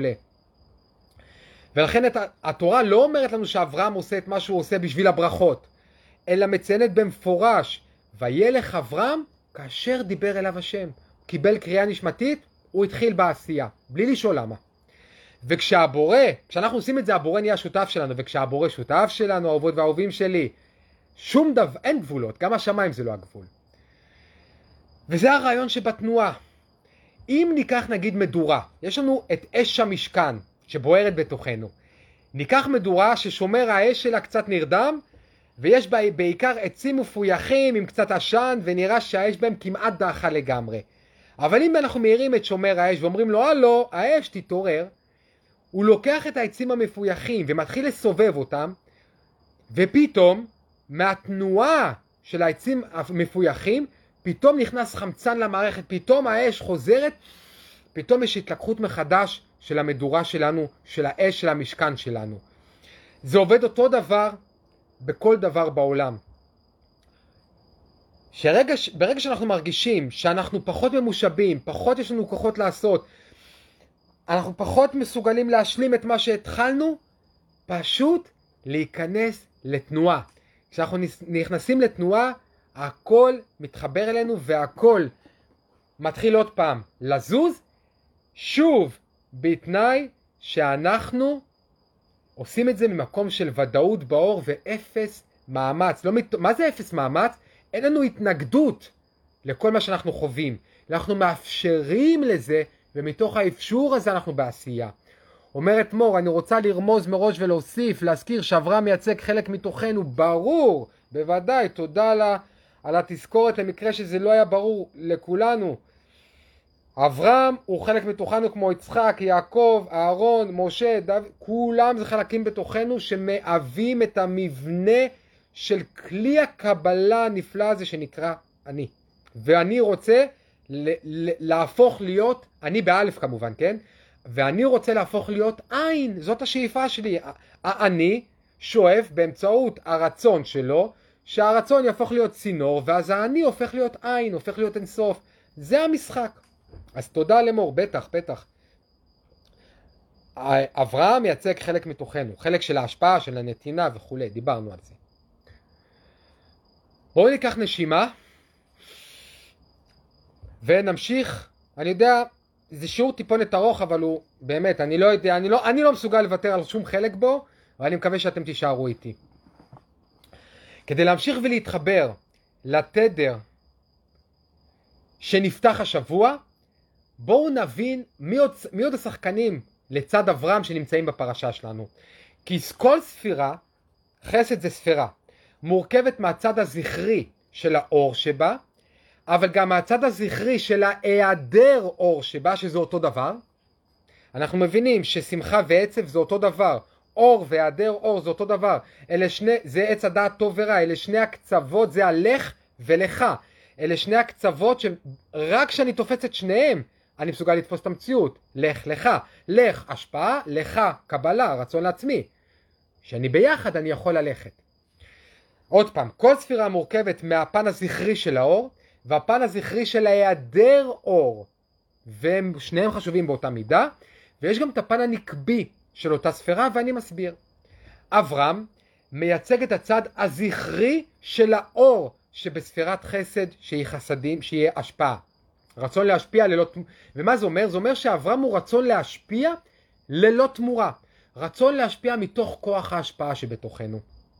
ולכן התורה לא אומרת לנו שאברהם עושה את מה שהוא עושה בשביל הברכות, אלא מציינת במפורש, וילך אברהם כאשר דיבר אליו השם. קיבל קריאה נשמתית, הוא התחיל בעשייה, בלי לשאול למה. וכשהבורא, כשאנחנו עושים את זה, הבורא נהיה שותף שלנו, וכשהבורא שותף שלנו, האהובות והאהובים שלי, שום דבר, אין גבולות, גם השמיים זה לא הגבול. וזה הרעיון שבתנועה. אם ניקח נגיד מדורה, יש לנו את אש המשכן שבוערת בתוכנו. ניקח מדורה ששומר האש שלה קצת נרדם, ויש בה בעיקר עצים מפויחים עם קצת עשן, ונראה שהאש בהם כמעט דעכה לגמרי. אבל אם אנחנו מאירים את שומר האש ואומרים לו, הלו, האש תתעורר, הוא לוקח את העצים המפויחים ומתחיל לסובב אותם, ופתאום מהתנועה של העצים המפויחים, פתאום נכנס חמצן למערכת, פתאום האש חוזרת, פתאום יש התלקחות מחדש של המדורה שלנו, של האש של המשכן שלנו. זה עובד אותו דבר בכל דבר בעולם. שרגע, ברגע שאנחנו מרגישים שאנחנו פחות ממושבים, פחות יש לנו כוחות לעשות, אנחנו פחות מסוגלים להשלים את מה שהתחלנו, פשוט להיכנס לתנועה. כשאנחנו נכנסים לתנועה, הכל מתחבר אלינו והכל מתחיל עוד פעם לזוז, שוב בתנאי שאנחנו עושים את זה ממקום של ודאות באור ואפס מאמץ. לא מת... מה זה אפס מאמץ? אין לנו התנגדות לכל מה שאנחנו חווים. אנחנו מאפשרים לזה, ומתוך האפשור הזה אנחנו בעשייה. אומרת מור, אני רוצה לרמוז מראש ולהוסיף, להזכיר שאברהם מייצג חלק מתוכנו, ברור, בוודאי, תודה לה, על התזכורת למקרה שזה לא היה ברור לכולנו. אברהם הוא חלק מתוכנו כמו יצחק, יעקב, אהרון, משה, דוד, כולם זה חלקים בתוכנו שמאבים את המבנה של כלי הקבלה הנפלא הזה שנקרא אני. ואני רוצה להפוך להיות, אני באלף כמובן, כן? ואני רוצה להפוך להיות עין, זאת השאיפה שלי. אני שואף באמצעות הרצון שלו, שהרצון יהפוך להיות צינור, ואז האני הופך להיות עין, הופך להיות אינסוף. זה המשחק. אז תודה למור, בטח, בטח. אברהם מייצג חלק מתוכנו, חלק של ההשפעה, של הנתינה וכו', דיברנו על זה. בואו ניקח נשימה, ונמשיך. אני יודע, זה שיעור טיפונת ארוך, אבל הוא באמת, אני לא יודע, אני לא, אני לא מסוגל לוותר על שום חלק בו, ואני מקווה שאתם תישארו איתי. כדי להמשיך ולהתחבר לתדר שנפתח השבוע, בואו נבין מי עוד, מי עוד השחקנים לצד אברהם שנמצאים בפרשה שלנו. כי כל ספירה, חסד זה ספירה, מורכבת מהצד הזכרי של האור שבה, אבל גם מהצד הזכרי של ההיעדר אור שבה, שזה אותו דבר. אנחנו מבינים ששמחה ועצב זה אותו דבר, אור והיעדר אור זה אותו דבר. אלה שני, זה עץ הדעת טוב ורע, אלה שני הקצוות, זה הלך ולך. אלה שני הקצוות שרק כשאני תופס את שניהם, אני מסוגל לתפוס את המציאות. לך לך, לך השפעה, לך קבלה, רצון לעצמי. שאני ביחד אני יכול ללכת. עוד פעם, כל ספירה מורכבת מהפן הזכרי של האור, והפן הזכרי של ההיעדר אור, והם שניהם חשובים באותה מידה, ויש גם את הפן הנקבי של אותה ספירה, ואני מסביר. אברהם מייצג את הצד הזכרי של האור שבספירת חסד, שהיא חסדים, שיהיה השפעה. רצון להשפיע ללא תמורה. ומה זה אומר? זה אומר שאברהם הוא רצון להשפיע ללא תמורה. רצון להשפיע מתוך כוח ההשפעה שבתוכנו.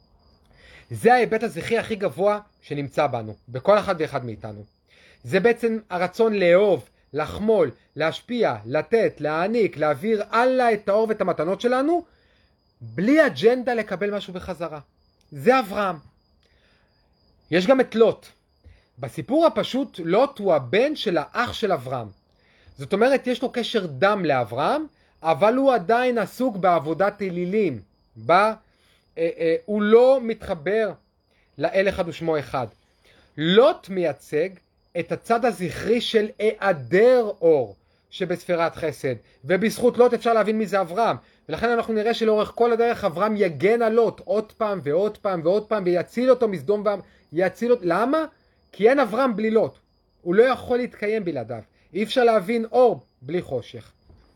זה ההיבט הזכרי הכי גבוה שנמצא בנו, בכל אחד ואחד מאיתנו. זה בעצם הרצון לאהוב, לחמול, להשפיע, לתת, להעניק, להעביר הלאה את האור ואת המתנות שלנו, בלי אג'נדה לקבל משהו בחזרה. זה אברהם. יש גם את לוט. בסיפור הפשוט, לוט הוא הבן של האח של אברהם. זאת אומרת, יש לו קשר דם לאברהם, אבל הוא עדיין עסוק בעבודת אלילים. בה, אה, אה, הוא לא מתחבר לאל אחד ושמו אחד. לוט מייצג את הצד הזכרי של היעדר אור שבספירת חסד. ובזכות לוט אפשר להבין מי זה אברהם. ולכן אנחנו נראה שלאורך כל הדרך אברהם יגן על לוט עוד פעם ועוד פעם ועוד פעם, ויציל אותו מסדום ועם. יציל אותו. למה? כי אין אברהם בלי לוט. הוא לא יכול להתקיים בלעדיו. אי אפשר להבין אור בלי חושך.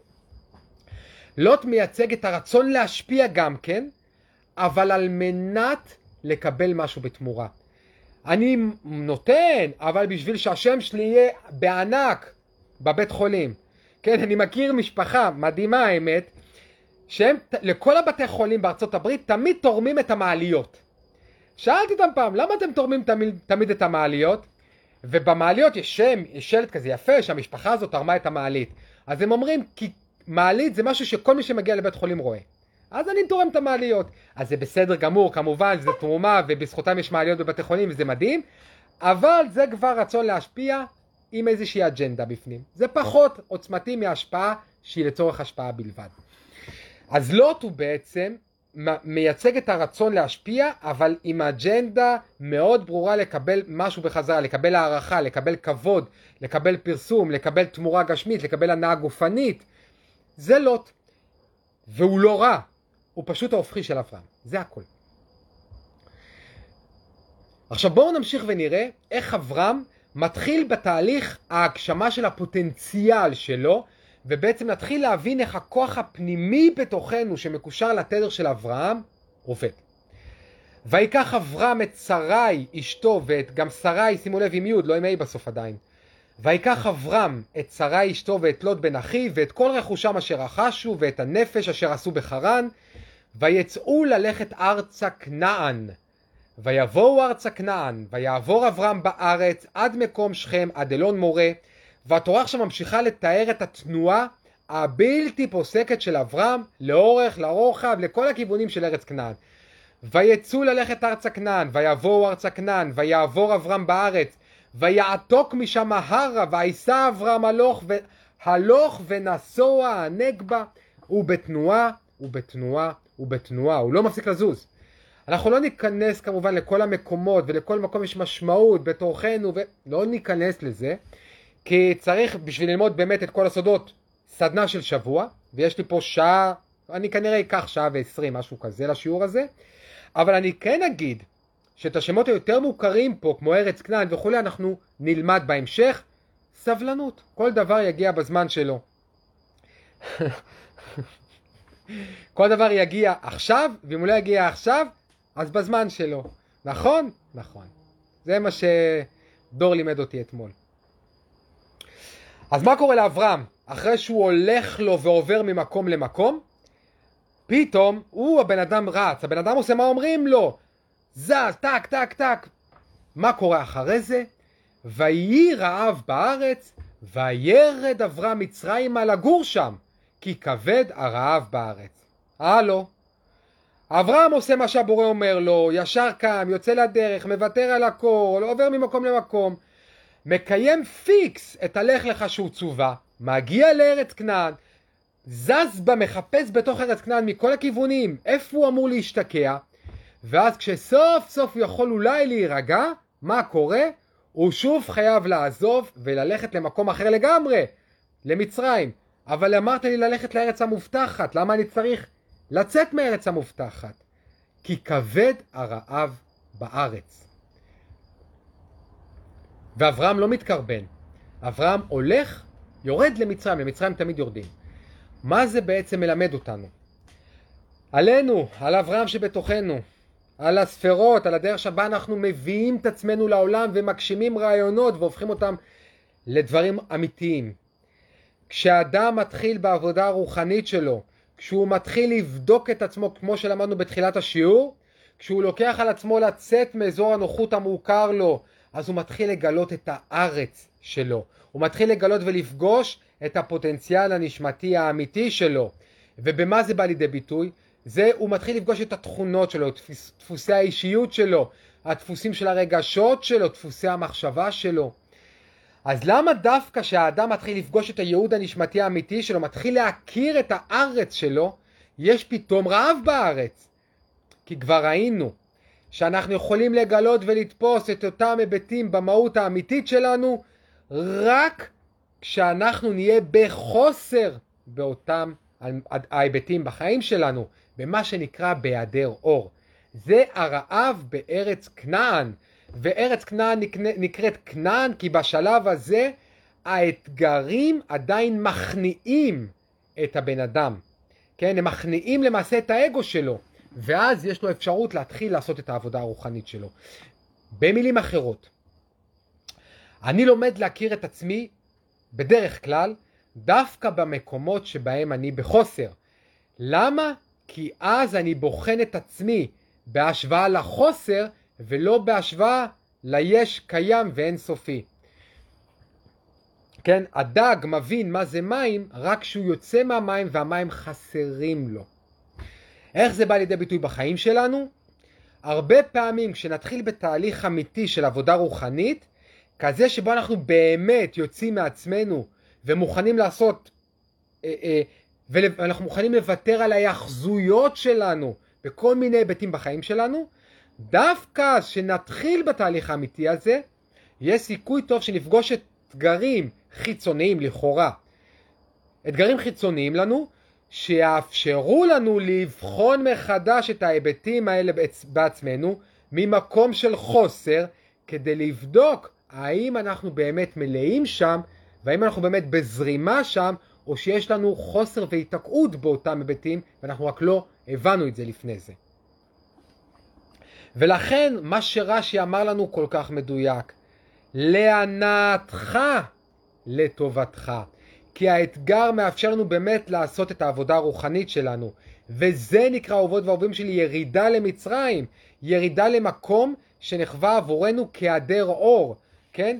לוט מייצג את הרצון להשפיע גם כן, אבל על מנת לקבל משהו בתמורה. אני נותן, אבל בשביל שהשם שלי יהיה בענק בבית חולים. כן, אני מכיר משפחה מדהימה האמת, שהם לכל הבתי חולים בארצות הברית תמיד תורמים את המעליות. שאלתי אותם פעם, למה אתם תורמים תמיד, תמיד את המעליות? ובמעליות יש שם, יש שלט כזה יפה שהמשפחה הזאת תרמה את המעלית. אז הם אומרים, כי מעלית זה משהו שכל מי שמגיע לבית חולים רואה. אז אני תורם את המעליות. אז זה בסדר גמור, כמובן, זה תרומה, ובזכותם יש מעליות בבתי חולים, וזה מדהים. אבל זה כבר רצון להשפיע עם איזושהי אג'נדה בפנים. זה פחות עוצמתי מההשפעה שהיא לצורך השפעה בלבד. אז לוט הוא בעצם מייצג את הרצון להשפיע, אבל עם אג'נדה מאוד ברורה לקבל משהו בחזרה, לקבל הערכה, לקבל כבוד, לקבל פרסום, לקבל תמורה גשמית, לקבל הנאה גופנית. זה לוט. והוא לא רע, הוא פשוט ההופכי של אברהם. זה הכל. עכשיו בואו נמשיך ונראה איך אברהם מתחיל בתהליך ההגשמה של הפוטנציאל שלו, ובעצם נתחיל להבין איך הכוח הפנימי בתוכנו שמקושר לתדר של אברהם עובד. ויקח אברהם את שרי אשתו, ואת גם שרי, שימו לב עם יוד, לא עם אי בסוף עדיין. ויקח אברהם את שרי אשתו ואת לוט בן אחיו, ואת כל רכושם אשר רכשו, ואת הנפש אשר עשו בחרן, ויצאו ללכת ארצה כנען. ויבואו ארצה כנען, ויעבור אברהם בארץ עד מקום שכם, עד אלון מורה. והתורה עכשיו ממשיכה לתאר את התנועה הבלתי פוסקת של אברהם, לאורך, לרוחב, לכל הכיוונים של ארץ כנען. ויצאו ללכת ארצה כנען, ויבואו ארצה כנען, ויעבור אברהם בארץ, ויעתוק משם ההרה, ויסע אברהם הלוך, ו... הלוך ונסוע הנגבה, ובתנועה, ובתנועה, ובתנועה. הוא לא מפסיק לזוז. אנחנו לא ניכנס כמובן לכל המקומות, ולכל מקום יש משמעות בתוכנו, ולא ניכנס לזה, כי צריך בשביל ללמוד באמת את כל הסודות, סדנה של שבוע, ויש לי פה שעה, אני כנראה אקח שעה ועשרים, משהו כזה לשיעור הזה, אבל אני כן אגיד, שאת השמות היותר מוכרים פה, כמו ארץ כנען וכו', אנחנו נלמד בהמשך. סבלנות, כל דבר יגיע בזמן שלו. כל דבר יגיע עכשיו, ואם הוא לא יגיע עכשיו, אז בזמן שלו. נכון? נכון. זה מה שדור לימד אותי אתמול. אז מה קורה לאברהם? אחרי שהוא הולך לו ועובר ממקום למקום, פתאום הוא הבן אדם רץ, הבן אדם עושה מה אומרים לו, זז, טק, טק, טק. מה קורה אחרי זה? ויהי רעב בארץ, וירד אברהם מצרימה לגור שם, כי כבד הרעב בארץ. הלו, אברהם עושה מה שהבורא אומר לו, ישר קם, יוצא לדרך, מוותר על הכל, עובר ממקום למקום, מקיים פיקס את הלך לך שהוא צובה, מגיע לארץ כנען, זז בה, מחפש בתוך ארץ כנען מכל הכיוונים, איפה הוא אמור להשתקע, ואז כשסוף סוף הוא יכול אולי להירגע, מה קורה? הוא שוב חייב לעזוב וללכת למקום אחר לגמרי, למצרים. אבל אמרת לי ללכת לארץ המובטחת, למה אני צריך לצאת מארץ המובטחת? כי כבד הרעב בארץ. ואברהם לא מתקרבן. אברהם הולך, יורד למצרים, למצרים תמיד יורדים. מה זה בעצם מלמד אותנו? עלינו, על אברהם שבתוכנו, על הספרות, על הדרך שבה אנחנו מביאים את עצמנו לעולם ומגשימים רעיונות והופכים אותם לדברים אמיתיים. כשאדם מתחיל בעבודה הרוחנית שלו, כשהוא מתחיל לבדוק את עצמו כמו שלמדנו בתחילת השיעור, כשהוא לוקח על עצמו לצאת מאזור הנוחות המוכר לו, אז הוא מתחיל לגלות את הארץ שלו. הוא מתחיל לגלות ולפגוש את הפוטנציאל הנשמתי האמיתי שלו. ובמה זה בא לידי ביטוי? זה הוא מתחיל לפגוש את התכונות שלו, דפוסי האישיות שלו, הדפוסים של הרגשות שלו, דפוסי המחשבה שלו. אז למה דווקא שהאדם מתחיל לפגוש את הייעוד הנשמתי האמיתי שלו, מתחיל להכיר את הארץ שלו, יש פתאום רעב בארץ? כי כבר ראינו שאנחנו יכולים לגלות ולתפוס את אותם היבטים במהות האמיתית שלנו, רק כשאנחנו נהיה בחוסר באותם ההיבטים בחיים שלנו, במה שנקרא בהיעדר אור. זה הרעב בארץ כנען, וארץ כנען נקראת כנען כי בשלב הזה האתגרים עדיין מכניעים את הבן אדם. כן, הם מכניעים למעשה את האגו שלו, ואז יש לו אפשרות להתחיל לעשות את העבודה הרוחנית שלו. במילים אחרות, אני לומד להכיר את עצמי בדרך כלל דווקא במקומות שבהם אני בחוסר. למה? כי אז אני בוחן את עצמי בהשוואה לחוסר ולא בהשוואה ליש קיים ואין סופי. כן, הדג מבין מה זה מים רק כשהוא יוצא מהמים והמים חסרים לו. איך זה בא לידי ביטוי בחיים שלנו? הרבה פעמים כשנתחיל בתהליך אמיתי של עבודה רוחנית, כזה שבו אנחנו באמת יוצאים מעצמנו ומוכנים לעשות, אה, אה, ואנחנו מוכנים לוותר על ההיאחזויות שלנו בכל מיני היבטים בחיים שלנו, דווקא שנתחיל בתהליך האמיתי הזה, יש סיכוי טוב שנפגוש אתגרים חיצוניים לכאורה. אתגרים חיצוניים לנו, שיאפשרו לנו לבחון מחדש את ההיבטים האלה בעצמנו, ממקום של חוסר, כדי לבדוק האם אנחנו באמת מלאים שם, והאם אנחנו באמת בזרימה שם, או שיש לנו חוסר והתעקעות באותם היבטים, ואנחנו רק לא הבנו את זה לפני זה. ולכן מה שרש"י אמר לנו כל כך מדויק, להנאתך לטובתך, כי האתגר מאפשר לנו באמת לעשות את העבודה הרוחנית שלנו, וזה נקרא אהובות ואהובים שלי ירידה למצרים, ירידה למקום שנחווה עבורנו כהיעדר אור, כן?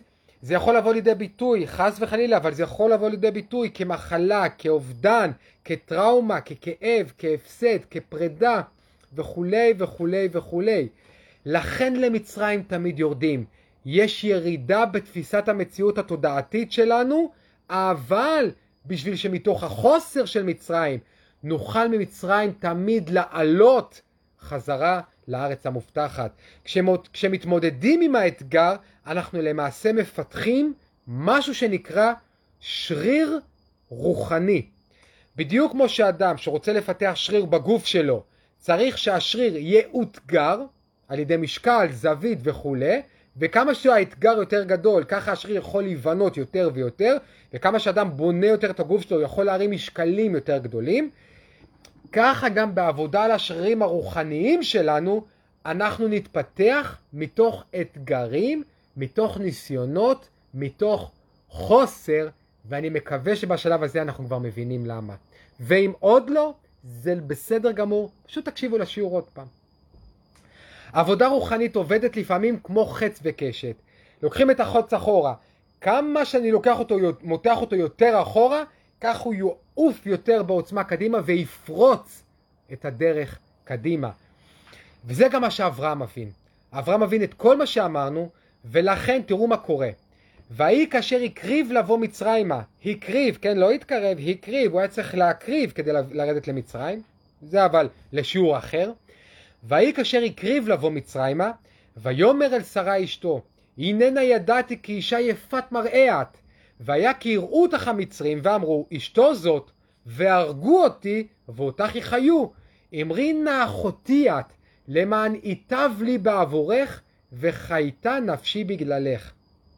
זה יכול לבוא לידי ביטוי, חס וחלילה, אבל זה יכול לבוא לידי ביטוי כמחלה, כאובדן, כטראומה, ככאב, כהפסד, כפרידה, וכולי וכולי וכולי. לכן למצרים תמיד יורדים. יש ירידה בתפיסת המציאות התודעתית שלנו, אבל בשביל שמתוך החוסר של מצרים, נוכל ממצרים תמיד לעלות חזרה לארץ המובטחת. כשמתמודדים עם האתגר, אנחנו למעשה מפתחים משהו שנקרא שריר רוחני. בדיוק כמו שאדם שרוצה לפתח שריר בגוף שלו, צריך שהשריר יאותגר על ידי משקל, זווית וכו', וכמה שהאתגר יותר גדול, ככה השריר יכול להיבנות יותר ויותר, וכמה שאדם בונה יותר את הגוף שלו, יכול להרים משקלים יותר גדולים. ככה גם בעבודה על השרירים הרוחניים שלנו, אנחנו נתפתח מתוך אתגרים, מתוך ניסיונות, מתוך חוסר, ואני מקווה שבשלב הזה אנחנו כבר מבינים למה. ואם עוד לא, זה בסדר גמור, פשוט תקשיבו לשיעור עוד פעם. עבודה רוחנית עובדת לפעמים כמו חץ וקשת. לוקחים את החוץ אחורה, כמה שאני לוקח אותו, מותח אותו יותר אחורה, כך הוא יעוף יותר בעוצמה קדימה ויפרוץ את הדרך קדימה. וזה גם מה שאברהם מבין. אברהם מבין את כל מה שאמרנו, ולכן תראו מה קורה. והיא כאשר הקריב לבוא מצרימה, הקריב, כן, לא התקרב, הקריב, הוא היה צריך להקריב כדי לרדת למצרים, זה אבל לשיעור אחר. והיא כאשר הקריב לבוא מצרימה, ויאמר אל שרה אשתו, הננה ידעתי כי אישה יפת מראה את, והיה כי יראו אותך המצרים ואמרו, אשתו זאת, והרגו אותי, ואותך יחיו, אמרי נא אחותי את, למען ייטב לי בעבורך, וחייתה נפשי בגללך.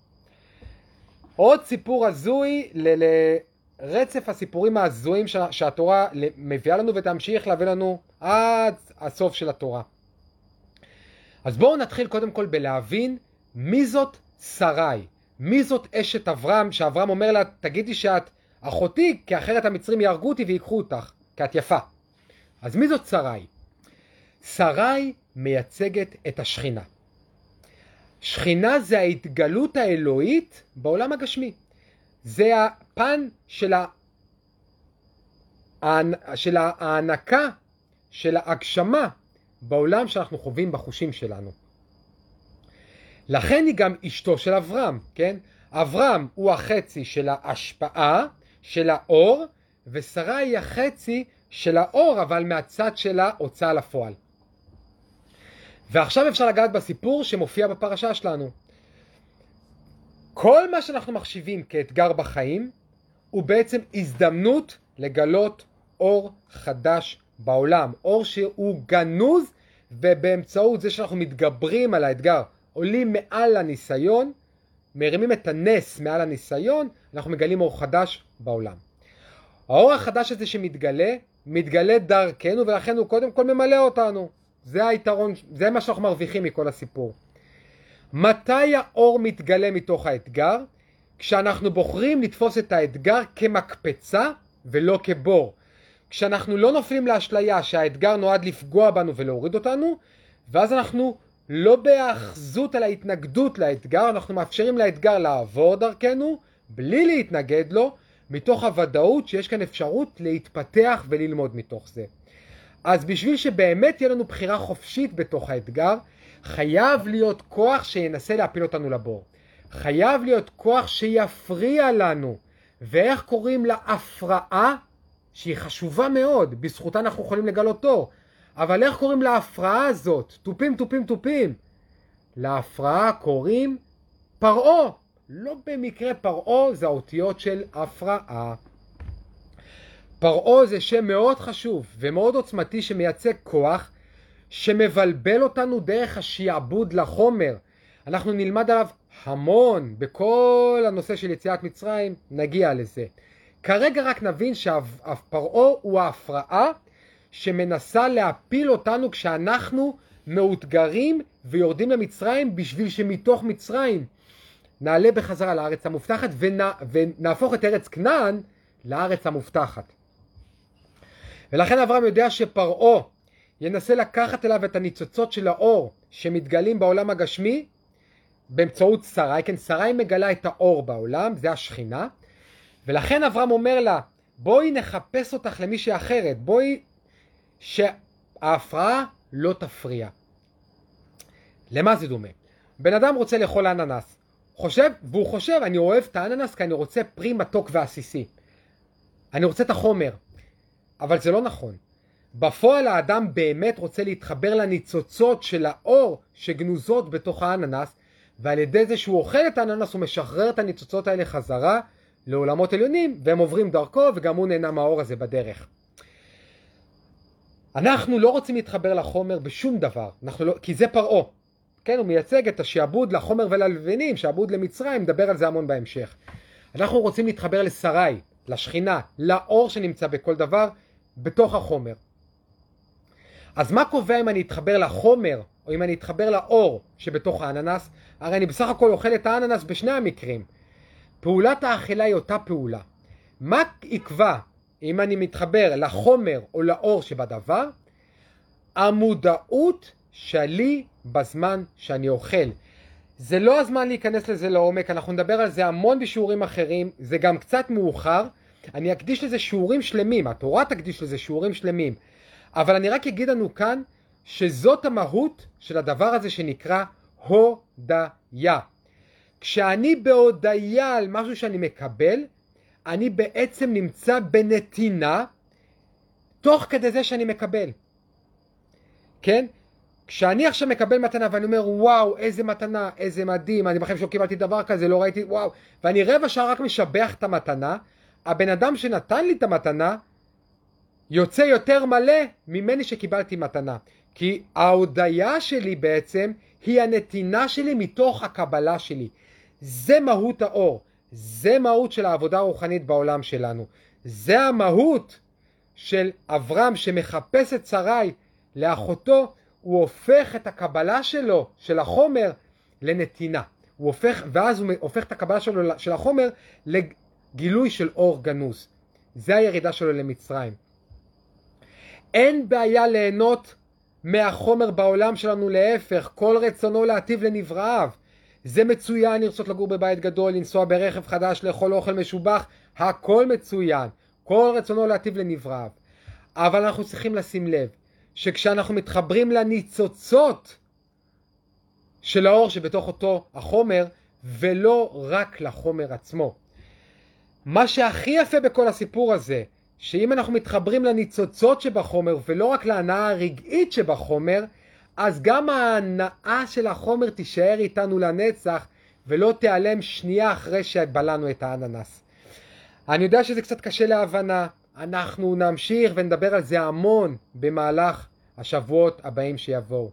עוד סיפור הזוי לרצף הסיפורים ההזויים שהתורה מביאה לנו ותמשיך להביא לנו עד הסוף של התורה. אז בואו נתחיל קודם כל בלהבין מי זאת שרי, מי זאת אשת אברהם, שאברהם אומר לה, תגידי שאת אחותי, כי אחרת המצרים יהרגו אותי ויקחו אותך, כי את יפה. אז מי זאת שרי? שרי מייצגת את השכינה. שכינה זה ההתגלות האלוהית בעולם הגשמי. זה הפן של, ה... של הענקה, של ההגשמה בעולם שאנחנו חווים בחושים שלנו. לכן היא גם אשתו של אברהם, כן? אברהם הוא החצי של ההשפעה, של האור, ושרה היא החצי של האור, אבל מהצד שלה הוצאה לפועל. ועכשיו אפשר לגעת בסיפור שמופיע בפרשה שלנו. כל מה שאנחנו מחשיבים כאתגר בחיים, הוא בעצם הזדמנות לגלות אור חדש בעולם. אור שהוא גנוז, ובאמצעות זה שאנחנו מתגברים על האתגר, עולים מעל הניסיון, מרימים את הנס מעל הניסיון, אנחנו מגלים אור חדש בעולם. האור החדש הזה שמתגלה, מתגלה דרכנו, ולכן הוא קודם כל ממלא אותנו. זה היתרון, זה מה שאנחנו מרוויחים מכל הסיפור. מתי האור מתגלה מתוך האתגר? כשאנחנו בוחרים לתפוס את האתגר כמקפצה ולא כבור. כשאנחנו לא נופלים לאשליה שהאתגר נועד לפגוע בנו ולהוריד אותנו, ואז אנחנו לא באחזות על ההתנגדות לאתגר, אנחנו מאפשרים לאתגר לעבור דרכנו, בלי להתנגד לו, מתוך הוודאות שיש כאן אפשרות להתפתח וללמוד מתוך זה. אז בשביל שבאמת תהיה לנו בחירה חופשית בתוך האתגר, חייב להיות כוח שינסה להפיל אותנו לבור. חייב להיות כוח שיפריע לנו. ואיך קוראים להפרעה? שהיא חשובה מאוד, בזכותה אנחנו יכולים לגלות אור. אבל איך קוראים להפרעה הזאת? טופים, טופים, טופים. להפרעה קוראים פרעה. לא במקרה פרעה זה האותיות של הפרעה. פרעה זה שם מאוד חשוב ומאוד עוצמתי שמייצג כוח שמבלבל אותנו דרך השעבוד לחומר. אנחנו נלמד עליו המון בכל הנושא של יציאת מצרים, נגיע לזה. כרגע רק נבין שהפרעה הוא ההפרעה שמנסה להפיל אותנו כשאנחנו מאותגרים ויורדים למצרים, בשביל שמתוך מצרים נעלה בחזרה לארץ המובטחת ונהפוך את ארץ כנען לארץ המובטחת. ולכן אברהם יודע שפרעה ינסה לקחת אליו את הניצוצות של האור שמתגלים בעולם הגשמי, באמצעות שרי, כן, שרי מגלה את האור בעולם, זה השכינה, ולכן אברהם אומר לה, בואי נחפש אותך למישהי אחרת, בואי שההפרעה לא תפריע. למה זה דומה? בן אדם רוצה לאכול אננס, חושב, והוא חושב, אני אוהב את האננס כי אני רוצה פרי מתוק ועסיסי. אני רוצה את החומר, אבל זה לא נכון. בפועל האדם באמת רוצה להתחבר לניצוצות של האור שגנוזות בתוך האננס, ועל ידי זה שהוא אוכל את האננס הוא משחרר את הניצוצות האלה חזרה לעולמות עליונים, והם עוברים דרכו וגם הוא נהנה מהאור הזה בדרך. אנחנו לא רוצים להתחבר לחומר בשום דבר, אנחנו לא, כי זה פרעה. כן, הוא מייצג את השעבוד לחומר וללבנים, שעבוד למצרים, מדבר על זה המון בהמשך. אנחנו רוצים להתחבר לשרי, לשכינה, לאור שנמצא בכל דבר, בתוך החומר. אז מה קובע אם אני אתחבר לחומר, או אם אני אתחבר לאור שבתוך האננס? הרי אני בסך הכל אוכל את האננס בשני המקרים. פעולת האכילה היא אותה פעולה. מה יקבע אם אני מתחבר לחומר או לאור שבדבר? המודעות שלי בזמן שאני אוכל. זה לא הזמן להיכנס לזה לעומק, אנחנו נדבר על זה המון בשיעורים אחרים, זה גם קצת מאוחר, אני אקדיש לזה שיעורים שלמים, התורה תקדיש לזה שיעורים שלמים, אבל אני רק אגיד לנו כאן שזאת המהות של הדבר הזה שנקרא הודיה. כשאני בהודיה על משהו שאני מקבל, אני בעצם נמצא בנתינה תוך כדי זה שאני מקבל. כן? כשאני עכשיו מקבל מתנה ואני אומר וואו איזה מתנה, איזה מדהים, אני בחיים שלא קיבלתי דבר כזה, לא ראיתי, וואו, ואני רבע שעה רק משבח את המתנה, הבן אדם שנתן לי את המתנה יוצא יותר מלא ממני שקיבלתי מתנה. כי ההודיה שלי בעצם היא הנתינה שלי מתוך הקבלה שלי. זה מהות האור. זה מהות של העבודה הרוחנית בעולם שלנו. זה המהות של אברהם שמחפש את שרי לאחותו. הוא הופך את הקבלה שלו, של החומר, לנתינה. הוא הופך, ואז הוא הופך את הקבלה שלו, של החומר לגילוי של אור גנוז. זה הירידה שלו למצרים. אין בעיה ליהנות מהחומר בעולם שלנו, להפך, כל רצונו להטיב לנבראיו. זה מצוין לרצות לגור בבית גדול, לנסוע ברכב חדש, לאכול אוכל משובח, הכל מצוין. כל רצונו להטיב לנבראיו. אבל אנחנו צריכים לשים לב, שכשאנחנו מתחברים לניצוצות של האור שבתוך אותו החומר, ולא רק לחומר עצמו. מה שהכי יפה בכל הסיפור הזה, שאם אנחנו מתחברים לניצוצות שבחומר ולא רק להנאה הרגעית שבחומר, אז גם ההנאה של החומר תישאר איתנו לנצח ולא תיעלם שנייה אחרי שבלענו את האננס. אני יודע שזה קצת קשה להבנה, אנחנו נמשיך ונדבר על זה המון במהלך השבועות הבאים שיבואו.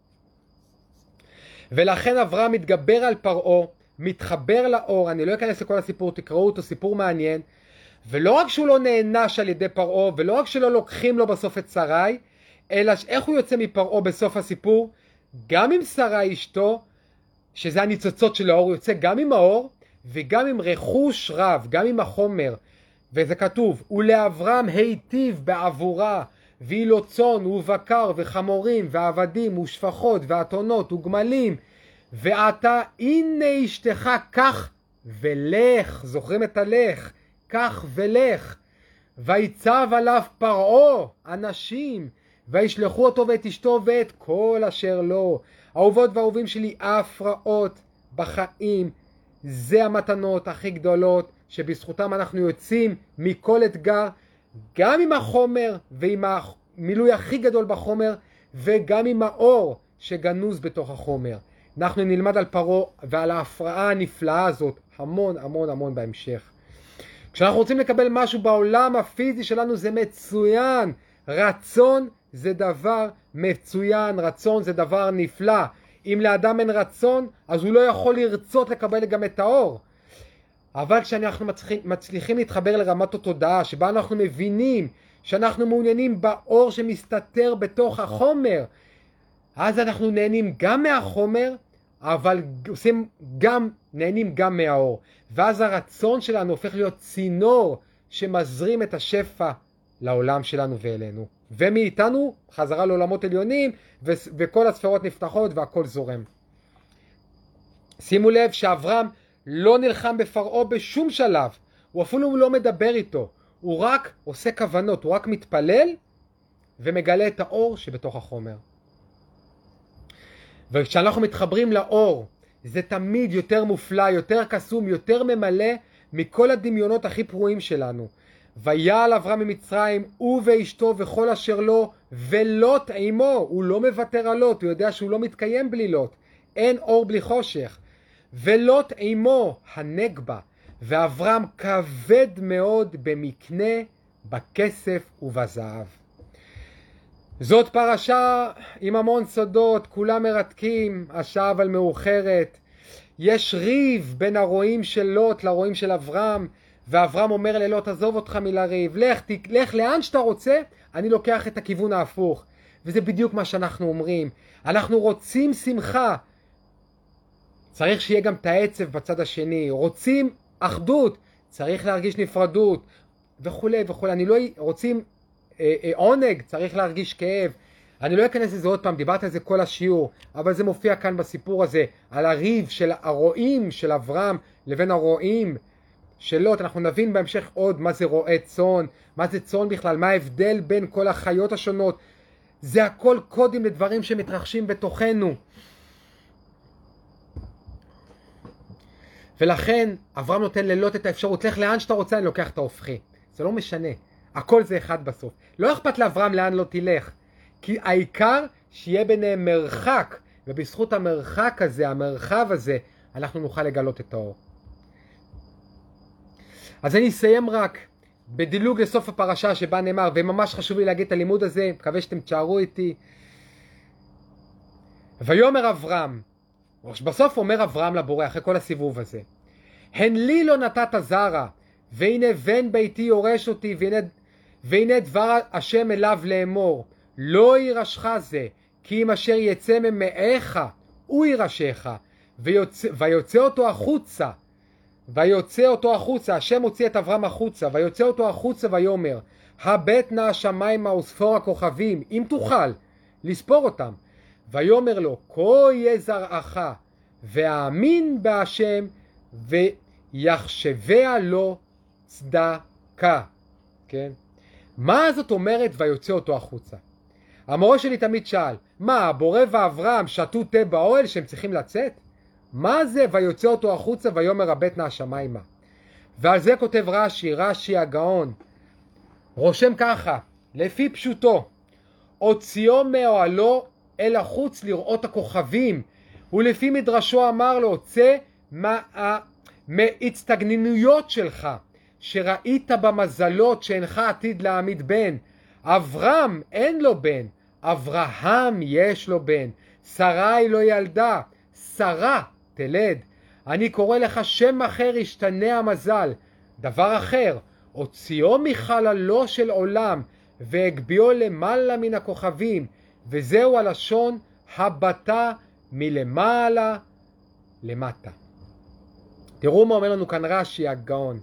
ולכן אברהם מתגבר על פרעה, מתחבר לאור, אני לא אכנס לכל הסיפור, תקראו אותו, סיפור מעניין, ולא רק שהוא לא נענש על ידי פרעה, ולא רק שלא לוקחים לו בסוף את שרי, אלא איך הוא יוצא מפרעה בסוף הסיפור? גם עם שרי אשתו, שזה הניצוצות של האור, הוא יוצא גם עם האור, וגם עם רכוש רב, גם עם החומר, וזה כתוב, ולאברהם היטיב בעבורה, והיא לו צאן ובקר וחמורים ועבדים ושפחות ואתונות וגמלים, ועתה הנה אשתך כך ולך, זוכרים את הלך, כך ולך, ויצב עליו פרעה אנשים, וישלחו אותו ואת אשתו ואת כל אשר לו. אהובות ואהובים שלי, ההפרעות בחיים זה המתנות הכי גדולות שבזכותם אנחנו יוצאים מכל אתגר, גם עם החומר ועם המילוי הכי גדול בחומר, וגם עם האור שגנוז בתוך החומר. אנחנו נלמד על פרעה ועל ההפרעה הנפלאה הזאת המון המון המון בהמשך. כשאנחנו רוצים לקבל משהו בעולם הפיזי שלנו זה מצוין. רצון זה דבר מצוין, רצון זה דבר נפלא. אם לאדם אין רצון, אז הוא לא יכול לרצות לקבל גם את האור. אבל כשאנחנו מצליחים, מצליחים להתחבר לרמת התודעה, שבה אנחנו מבינים שאנחנו מעוניינים באור שמסתתר בתוך החומר, אז אנחנו נהנים גם מהחומר, אבל עושים גם, נהנים גם מהאור. ואז הרצון שלנו הופך להיות צינור שמזרים את השפע לעולם שלנו ואלינו. ומאיתנו חזרה לעולמות עליונים, ו- וכל הספרות נפתחות והכל זורם. שימו לב שאברהם לא נלחם בפרעה בשום שלב, הוא אפילו לא מדבר איתו, הוא רק עושה כוונות, הוא רק מתפלל ומגלה את האור שבתוך החומר. וכשאנחנו מתחברים לאור, זה תמיד יותר מופלא, יותר קסום, יותר ממלא מכל הדמיונות הכי פרועים שלנו. ויעל אברהם ממצרים, הוא ואשתו וכל אשר לו, ולוט עמו, הוא לא מוותר על לוט, הוא יודע שהוא לא מתקיים בלי לוט, אין אור בלי חושך. ולוט עמו הנגבה, ואברהם כבד מאוד במקנה, בכסף ובזהב. זאת פרשה עם המון סודות, כולם מרתקים, השעה אבל מאוחרת. יש ריב בין הרועים של לוט לרועים של אברהם, ואברהם אומר ללוט, עזוב אותך מלריב, לך, לך לאן שאתה רוצה, אני לוקח את הכיוון ההפוך. וזה בדיוק מה שאנחנו אומרים. אנחנו רוצים שמחה, צריך שיהיה גם את העצב בצד השני. רוצים אחדות, צריך להרגיש נפרדות, וכו' וכו'. אני לא רוצים אה, אה, עונג, צריך להרגיש כאב. אני לא אכנס לזה עוד פעם, דיברתי על זה כל השיעור, אבל זה מופיע כאן בסיפור הזה, על הריב של הרועים של אברהם לבין הרועים של לוט. אנחנו נבין בהמשך עוד מה זה רועה צאן, מה זה צאן בכלל, מה ההבדל בין כל החיות השונות. זה הכל קודים לדברים שמתרחשים בתוכנו. ולכן אברהם נותן ללוט את האפשרות, לך לאן שאתה רוצה, אני לוקח את ההופכי. זה לא משנה, הכל זה אחד בסוף. לא אכפת לאברהם לאן לא תלך, כי העיקר שיהיה ביניהם מרחק, ובזכות המרחק הזה, המרחב הזה, אנחנו נוכל לגלות את האור. אז אני אסיים רק בדילוג לסוף הפרשה שבה נאמר, וממש חשוב לי להגיד את הלימוד הזה, מקווה שאתם תשארו איתי. ויאמר אברהם, בסוף אומר אברהם לבורא אחרי כל הסיבוב הזה, הן לי לא נתת זרע, והנה בן ביתי יורש אותי, והנה, והנה דבר השם אליו לאמור, לא ירשך זה, כי אם אשר יצא ממאיך, הוא ירשך, ויוצא, ויוצא אותו החוצה, ויוצא אותו החוצה, השם הוציא את אברהם החוצה, ויוצא אותו החוצה ויאמר, הבט נא השמיימה וספור הכוכבים, אם תוכל לספור אותם. ויאמר לו, כה יהיה זרעך, והאמין בהשם, ויחשביה לו צדקה. כן? מה זאת אומרת ויוצא אותו החוצה? המורה שלי תמיד שאל, מה, הבורא ואברהם שתו תה באוהל שהם צריכים לצאת? מה זה ויוצא אותו החוצה ויאמר הבט נא השמיימה? ועל זה כותב רש"י, רש"י הגאון, רושם ככה, לפי פשוטו, הוציאו מאוהלו אל החוץ לראות הכוכבים, ולפי מדרשו אמר לו, צא מהצטגננויות שלך, שראית במזלות שאינך עתיד להעמיד בן. אברהם אין לו בן, אברהם יש לו בן, שרה היא לא ילדה, שרה תלד. אני קורא לך שם אחר ישתנה המזל, דבר אחר, הוציאו מחללו של עולם, והגביאו למעלה מן הכוכבים, וזהו הלשון הבטה מלמעלה למטה. תראו מה אומר לנו כאן רש"י הגאון.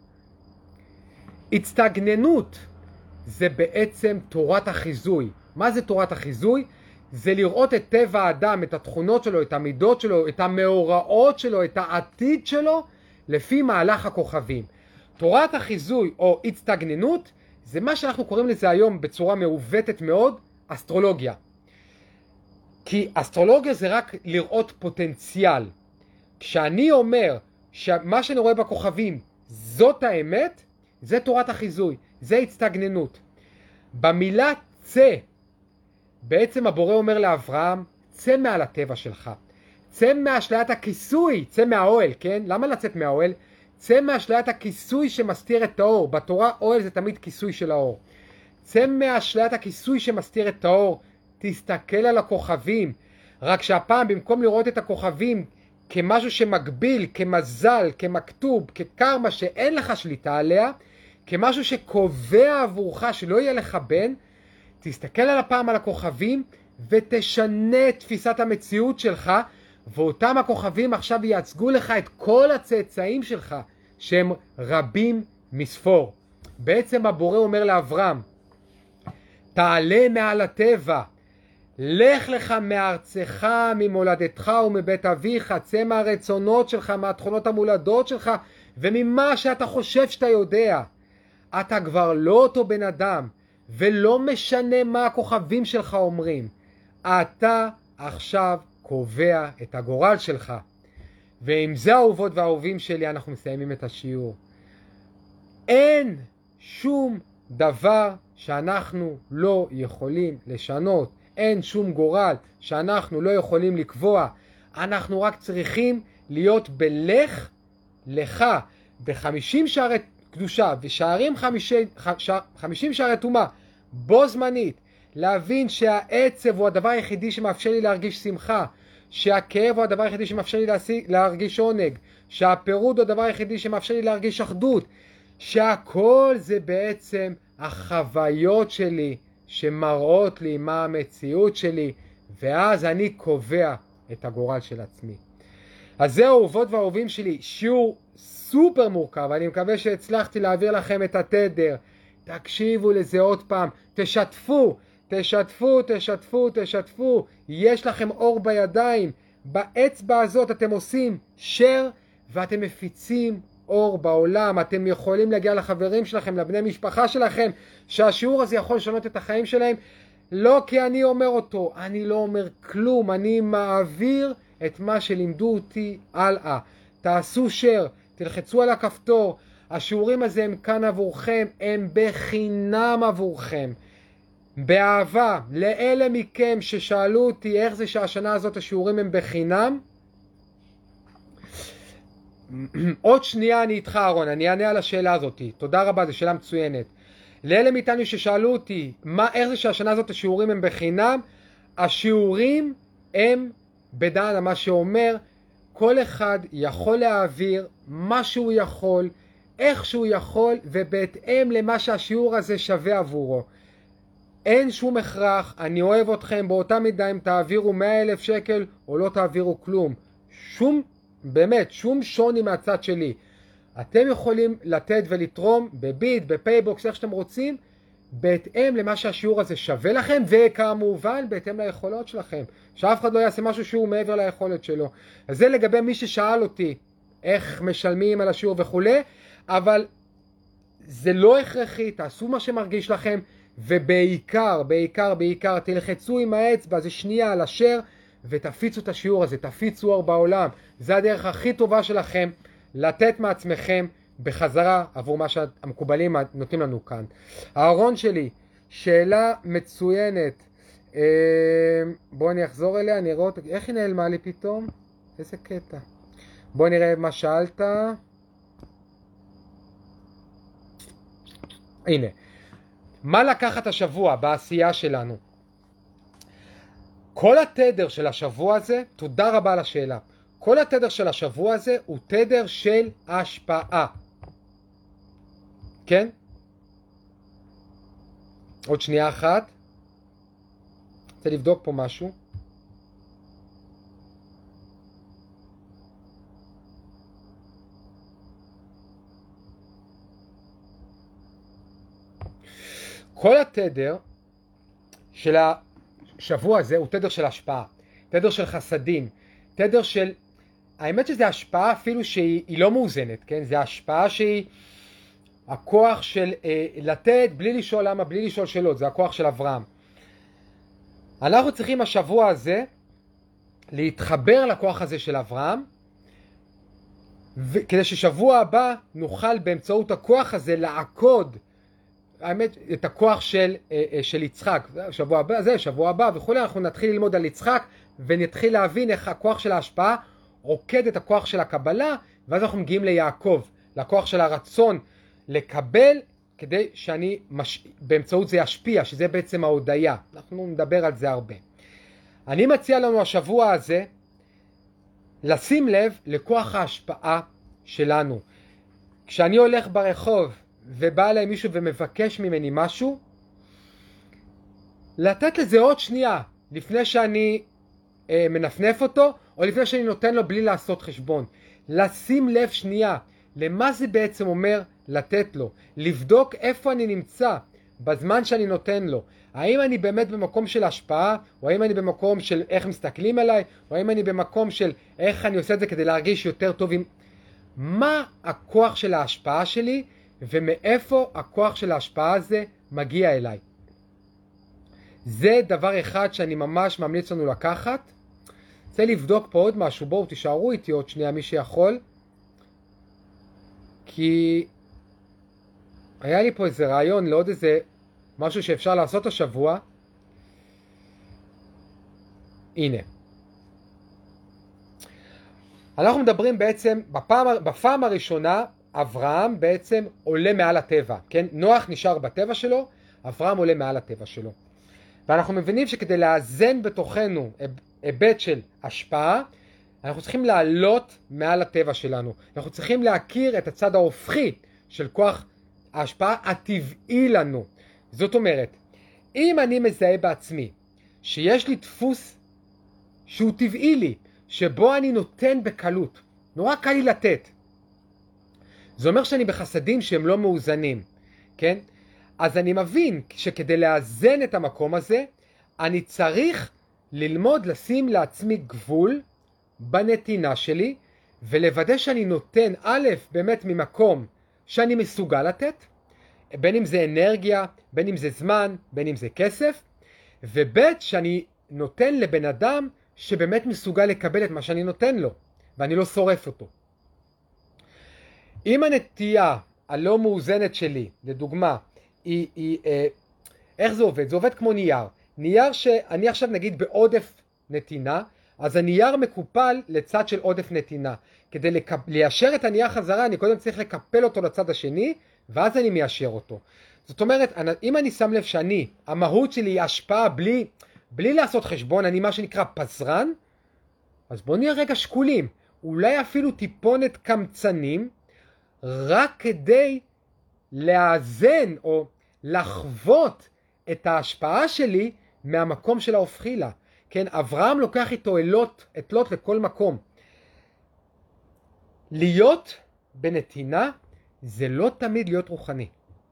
הצטגננות זה בעצם תורת החיזוי. מה זה תורת החיזוי? זה לראות את טבע האדם, את התכונות שלו, את המידות שלו, את המאורעות שלו, את העתיד שלו, לפי מהלך הכוכבים. תורת החיזוי או הצטגננות זה מה שאנחנו קוראים לזה היום בצורה מעוותת מאוד, אסטרולוגיה. כי אסטרולוגיה זה רק לראות פוטנציאל. כשאני אומר שמה שאני רואה בכוכבים זאת האמת, זה תורת החיזוי, זה הצטגננות. במילה צא, בעצם הבורא אומר לאברהם, צא מעל הטבע שלך. צא מאשליית הכיסוי, צא מהאוהל, כן? למה לצאת מהאוהל? צא מאשליית הכיסוי שמסתיר את האור. בתורה אוהל זה תמיד כיסוי של האור. צא מאשליית הכיסוי שמסתיר את האור. תסתכל על הכוכבים. רק שהפעם במקום לראות את הכוכבים כמשהו שמגביל, כמזל, כמכתוב, כקרמה שאין לך שליטה עליה, כמשהו שקובע עבורך שלא יהיה לך בן, תסתכל על הפעם על הכוכבים ותשנה את תפיסת המציאות שלך, ואותם הכוכבים עכשיו ייצגו לך את כל הצאצאים שלך שהם רבים מספור. בעצם הבורא אומר לאברהם, תעלה מעל הטבע, לך לך מארצך, ממולדתך ומבית אביך, צא מהרצונות שלך, מהתכונות המולדות שלך, וממה שאתה חושב שאתה יודע. אתה כבר לא אותו בן אדם, ולא משנה מה הכוכבים שלך אומרים. אתה עכשיו קובע את הגורל שלך. ועם זה האהובות והאהובים שלי אנחנו מסיימים את השיעור. אין שום דבר שאנחנו לא יכולים לשנות. אין שום גורל שאנחנו לא יכולים לקבוע. אנחנו רק צריכים להיות בלך לך, בחמישים שערי קדושה ושערים חמישים, חמישים שערי תומה, בו זמנית, להבין שהעצב הוא הדבר היחידי שמאפשר לי להרגיש שמחה, שהכאב הוא הדבר היחידי שמאפשר לי להרגיש עונג, שהפירוד הוא הדבר היחידי שמאפשר לי להרגיש אחדות, שהכל זה בעצם החוויות שלי שמראות לי מה המציאות שלי, ואז אני קובע את הגורל של עצמי. אז זהו אהובות ואהובים שלי, שיעור סופר מורכב, אני מקווה שהצלחתי להעביר לכם את התדר. תקשיבו לזה עוד פעם, תשתפו, תשתפו, תשתפו, תשתפו, יש לכם אור בידיים, באצבע הזאת אתם עושים share ואתם מפיצים אור בעולם, אתם יכולים להגיע לחברים שלכם, לבני משפחה שלכם, שהשיעור הזה יכול לשנות את החיים שלהם, לא כי אני אומר אותו, אני לא אומר כלום, אני מעביר את מה שלימדו אותי הלאה. תעשו share, תלחצו על הכפתור, השיעורים הזה הם כאן עבורכם, הם בחינם עבורכם. באהבה, לאלה מכם ששאלו אותי איך זה שהשנה הזאת השיעורים הם בחינם, עוד שנייה אני איתך אהרון, אני אענה על השאלה הזאת, תודה רבה, זו שאלה מצוינת. לאלה מאיתנו ששאלו אותי מה, איך זה שהשנה הזאת השיעורים הם בחינם, השיעורים הם בדן, מה שאומר כל אחד יכול להעביר מה שהוא יכול, איך שהוא יכול, ובהתאם למה שהשיעור הזה שווה עבורו. אין שום הכרח, אני אוהב אתכם באותה מידה אם תעבירו מאה אלף שקל או לא תעבירו כלום. שום, באמת, שום שוני מהצד שלי. אתם יכולים לתת ולתרום בביט, בפייבוקס, איך שאתם רוצים, בהתאם למה שהשיעור הזה שווה לכם, וכמובן בהתאם ליכולות שלכם. שאף אחד לא יעשה משהו שהוא מעבר ליכולת שלו. אז זה לגבי מי ששאל אותי איך משלמים על השיעור וכו', אבל זה לא הכרחי, תעשו מה שמרגיש לכם, ובעיקר, בעיקר, בעיקר, תלחצו עם האצבע, זה שנייה על השאר, ותפיצו את השיעור הזה, תפיצו אור בעולם. זה הדרך הכי טובה שלכם, לתת מעצמכם בחזרה עבור מה שהמקובלים נותנים לנו כאן. הארון שלי, שאלה מצוינת. בואו אני אחזור אליה, אני אראה אותה, איך היא נעלמה לי פתאום? איזה קטע. בואו נראה מה שאלת. הנה. מה לקחת השבוע בעשייה שלנו? כל התדר של השבוע הזה, תודה רבה על השאלה, כל התדר של השבוע הזה הוא תדר של השפעה. כן? עוד שנייה אחת. רוצה לבדוק פה משהו. כל התדר של השבוע הזה הוא תדר של השפעה, תדר של חסדים, תדר של, האמת שזה השפעה אפילו שהיא לא מאוזנת, כן? זה השפעה שהיא הכוח של אה, לתת בלי לשאול למה, בלי לשאול שאלות, זה הכוח של אברהם. אנחנו צריכים השבוע הזה להתחבר לכוח הזה של אברהם, כדי ששבוע הבא נוכל באמצעות הכוח הזה לעקוד האמת, את הכוח של, של יצחק. שבוע הבא, זה שבוע הבא וכו', אנחנו נתחיל ללמוד על יצחק ונתחיל להבין איך הכוח של ההשפעה עוקד את הכוח של הקבלה, ואז אנחנו מגיעים ליעקב, לכוח של הרצון לקבל, כדי שאני מש... באמצעות זה ישפיע, שזה בעצם ההודעה. אנחנו נדבר על זה הרבה. אני מציע לנו השבוע הזה לשים לב לכוח ההשפעה שלנו. כשאני הולך ברחוב ובא אליי מישהו ומבקש ממני משהו, לתת לזה עוד שנייה לפני שאני אה, מנפנף אותו, או לפני שאני נותן לו בלי לעשות חשבון. לשים לב שנייה למה זה בעצם אומר לתת לו, לבדוק איפה אני נמצא, בזמן שאני נותן לו. האם אני באמת במקום של השפעה, או האם אני במקום של איך מסתכלים עליי, או האם אני במקום של איך אני עושה את זה כדי להרגיש יותר טוב עם... מה הכוח של ההשפעה שלי, ומאיפה הכוח של ההשפעה הזה מגיע אליי. זה דבר אחד שאני ממש ממליץ לנו לקחת. רוצה לבדוק פה עוד משהו, בואו תישארו איתי עוד שנייה מי שיכול. כי היה לי פה איזה רעיון לעוד איזה משהו שאפשר לעשות השבוע. הנה. אנחנו מדברים בעצם, בפעם, בפעם הראשונה, אברהם בעצם עולה מעל הטבע. כן? נוח נשאר בטבע שלו, אברהם עולה מעל הטבע שלו. ואנחנו מבינים שכדי לאזן בתוכנו היבט של השפעה, אנחנו צריכים לעלות מעל הטבע שלנו. אנחנו צריכים להכיר את הצד ההופכי של כוח ההשפעה הטבעי לנו. זאת אומרת, אם אני מזהה בעצמי שיש לי דפוס שהוא טבעי לי, שבו אני נותן בקלות, נורא קל לי לתת, זה אומר שאני בחסדים שהם לא מאוזנים, כן? אז אני מבין שכדי לאזן את המקום הזה, אני צריך ללמוד לשים לעצמי גבול בנתינה שלי, ולוודא שאני נותן א' באמת ממקום שאני מסוגל לתת, בין אם זה אנרגיה, בין אם זה זמן, בין אם זה כסף, וב' שאני נותן לבן אדם שבאמת מסוגל לקבל את מה שאני נותן לו, ואני לא שורף אותו. אם הנטייה הלא מאוזנת שלי, לדוגמה, היא, היא, אה, איך זה עובד? זה עובד כמו נייר. נייר שאני עכשיו נגיד בעודף נתינה, אז הנייר מקופל לצד של עודף נתינה. כדי לקפ... ליישר את הנייר חזרה, אני קודם צריך לקפל אותו לצד השני, ואז אני מיישר אותו. זאת אומרת, אם אני שם לב שאני, המהות שלי היא השפעה בלי, בלי לעשות חשבון, אני מה שנקרא פזרן, אז בואו נהיה רגע שקולים. אולי אפילו טיפונת קמצנים, רק כדי לאזן או לחוות את ההשפעה שלי מהמקום של ההופכי לה. כן, אברהם לוקח איתו אלות, אתלות לכל מקום. להיות בנתינה זה לא תמיד להיות רוחני.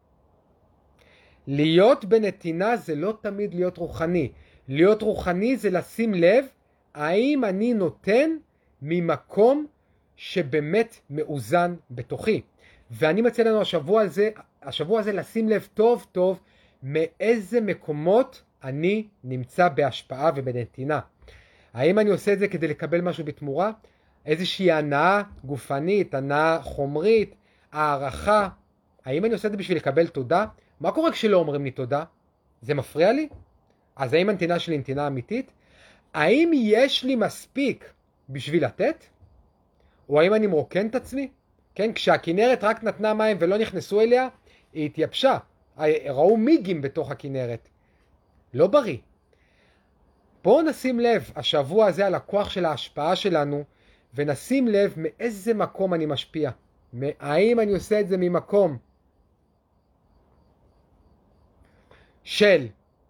להיות בנתינה זה לא תמיד להיות רוחני. להיות רוחני זה לשים לב האם אני נותן ממקום שבאמת מאוזן בתוכי. ואני מציע לנו השבוע הזה, השבוע הזה לשים לב טוב טוב מאיזה מקומות אני נמצא בהשפעה ובנתינה. האם אני עושה את זה כדי לקבל משהו בתמורה? איזושהי הנאה גופנית, הנאה חומרית, הערכה? האם אני עושה את זה בשביל לקבל תודה? מה קורה כשלא אומרים לי תודה? זה מפריע לי? אז האם הנתינה שלי נתינה אמיתית? האם יש לי מספיק בשביל לתת? או האם אני מרוקן את עצמי? כן, כשהכינרת רק נתנה מים ולא נכנסו אליה, היא התייבשה. ראו מיגים בתוך הכינרת. לא בריא. בואו נשים לב השבוע הזה על הכוח של ההשפעה שלנו, ונשים לב מאיזה מקום אני משפיע. האם אני עושה את זה ממקום של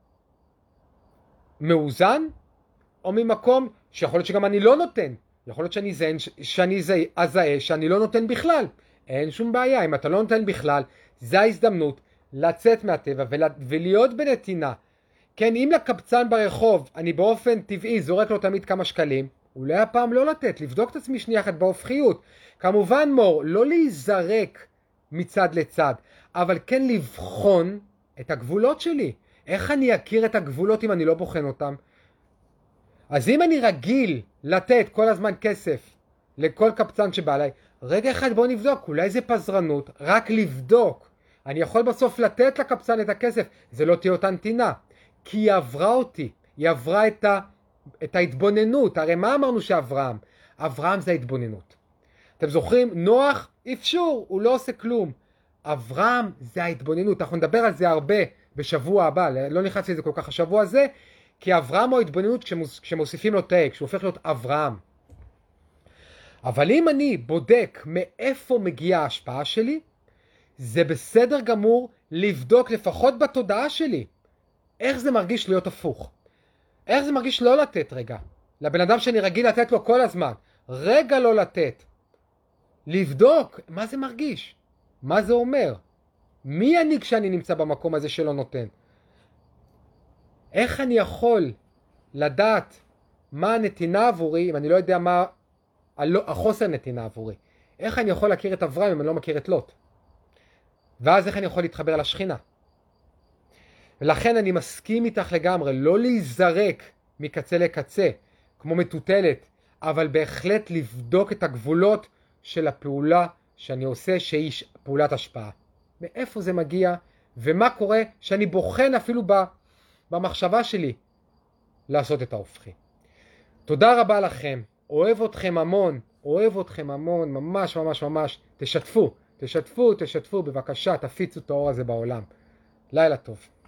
מאוזן, או ממקום שיכול להיות שגם אני לא נותן. יכול להיות שאני זהה, שאני זהה, הזהה, שאני לא נותן בכלל. אין שום בעיה. אם אתה לא נותן בכלל, זה ההזדמנות לצאת מהטבע ולהיות בנתינה. כן, אם לקבצן ברחוב אני באופן טבעי זורק לו תמיד כמה שקלים, אולי הפעם לא לתת, לבדוק את עצמי שנייה אחת בהופכיות. כמובן מור, לא להיזרק מצד לצד, אבל כן לבחון את הגבולות שלי. איך אני אכיר את הגבולות אם אני לא בוחן אותם? אז אם אני רגיל לתת כל הזמן כסף לכל קבצן שבא עליי, רגע אחד בוא נבדוק, אולי זה פזרנות, רק לבדוק. אני יכול בסוף לתת לקבצן את הכסף, זה לא תהיה אותה נתינה. כי היא עברה אותי, היא עברה את, ה, את ההתבוננות. הרי מה אמרנו שאברהם? אברהם זה ההתבוננות. אתם זוכרים? נוח אפשור, הוא לא עושה כלום. אברהם זה ההתבוננות. אנחנו נדבר על זה הרבה בשבוע הבא, לא נכנס לזה כל כך השבוע הזה, כי אברהם הוא ההתבוננות כשמוס, כשמוסיפים לו תג, כשהוא הופך להיות אברהם. אבל אם אני בודק מאיפה מגיעה ההשפעה שלי, זה בסדר גמור לבדוק לפחות בתודעה שלי. איך זה מרגיש להיות הפוך? איך זה מרגיש לא לתת רגע? לבן אדם שאני רגיל לתת לו כל הזמן. רגע לא לתת. לבדוק מה זה מרגיש. מה זה אומר. מי אני כשאני נמצא במקום הזה שלא נותן? איך אני יכול לדעת מה הנתינה עבורי אם אני לא יודע מה החוסר נתינה עבורי? איך אני יכול להכיר את אברהם אם אני לא מכיר את לוט? ואז איך אני יכול להתחבר לשכינה? ולכן אני מסכים איתך לגמרי, לא להיזרק מקצה לקצה, כמו מטוטלת, אבל בהחלט לבדוק את הגבולות של הפעולה שאני עושה, שהיא פעולת השפעה. מאיפה זה מגיע, ומה קורה שאני בוחן אפילו במחשבה שלי לעשות את ההופכי. תודה רבה לכם, אוהב אתכם המון, אוהב אתכם המון, ממש ממש ממש, תשתפו, תשתפו, תשתפו, בבקשה, תפיצו את האור הזה בעולם. לילה טוב.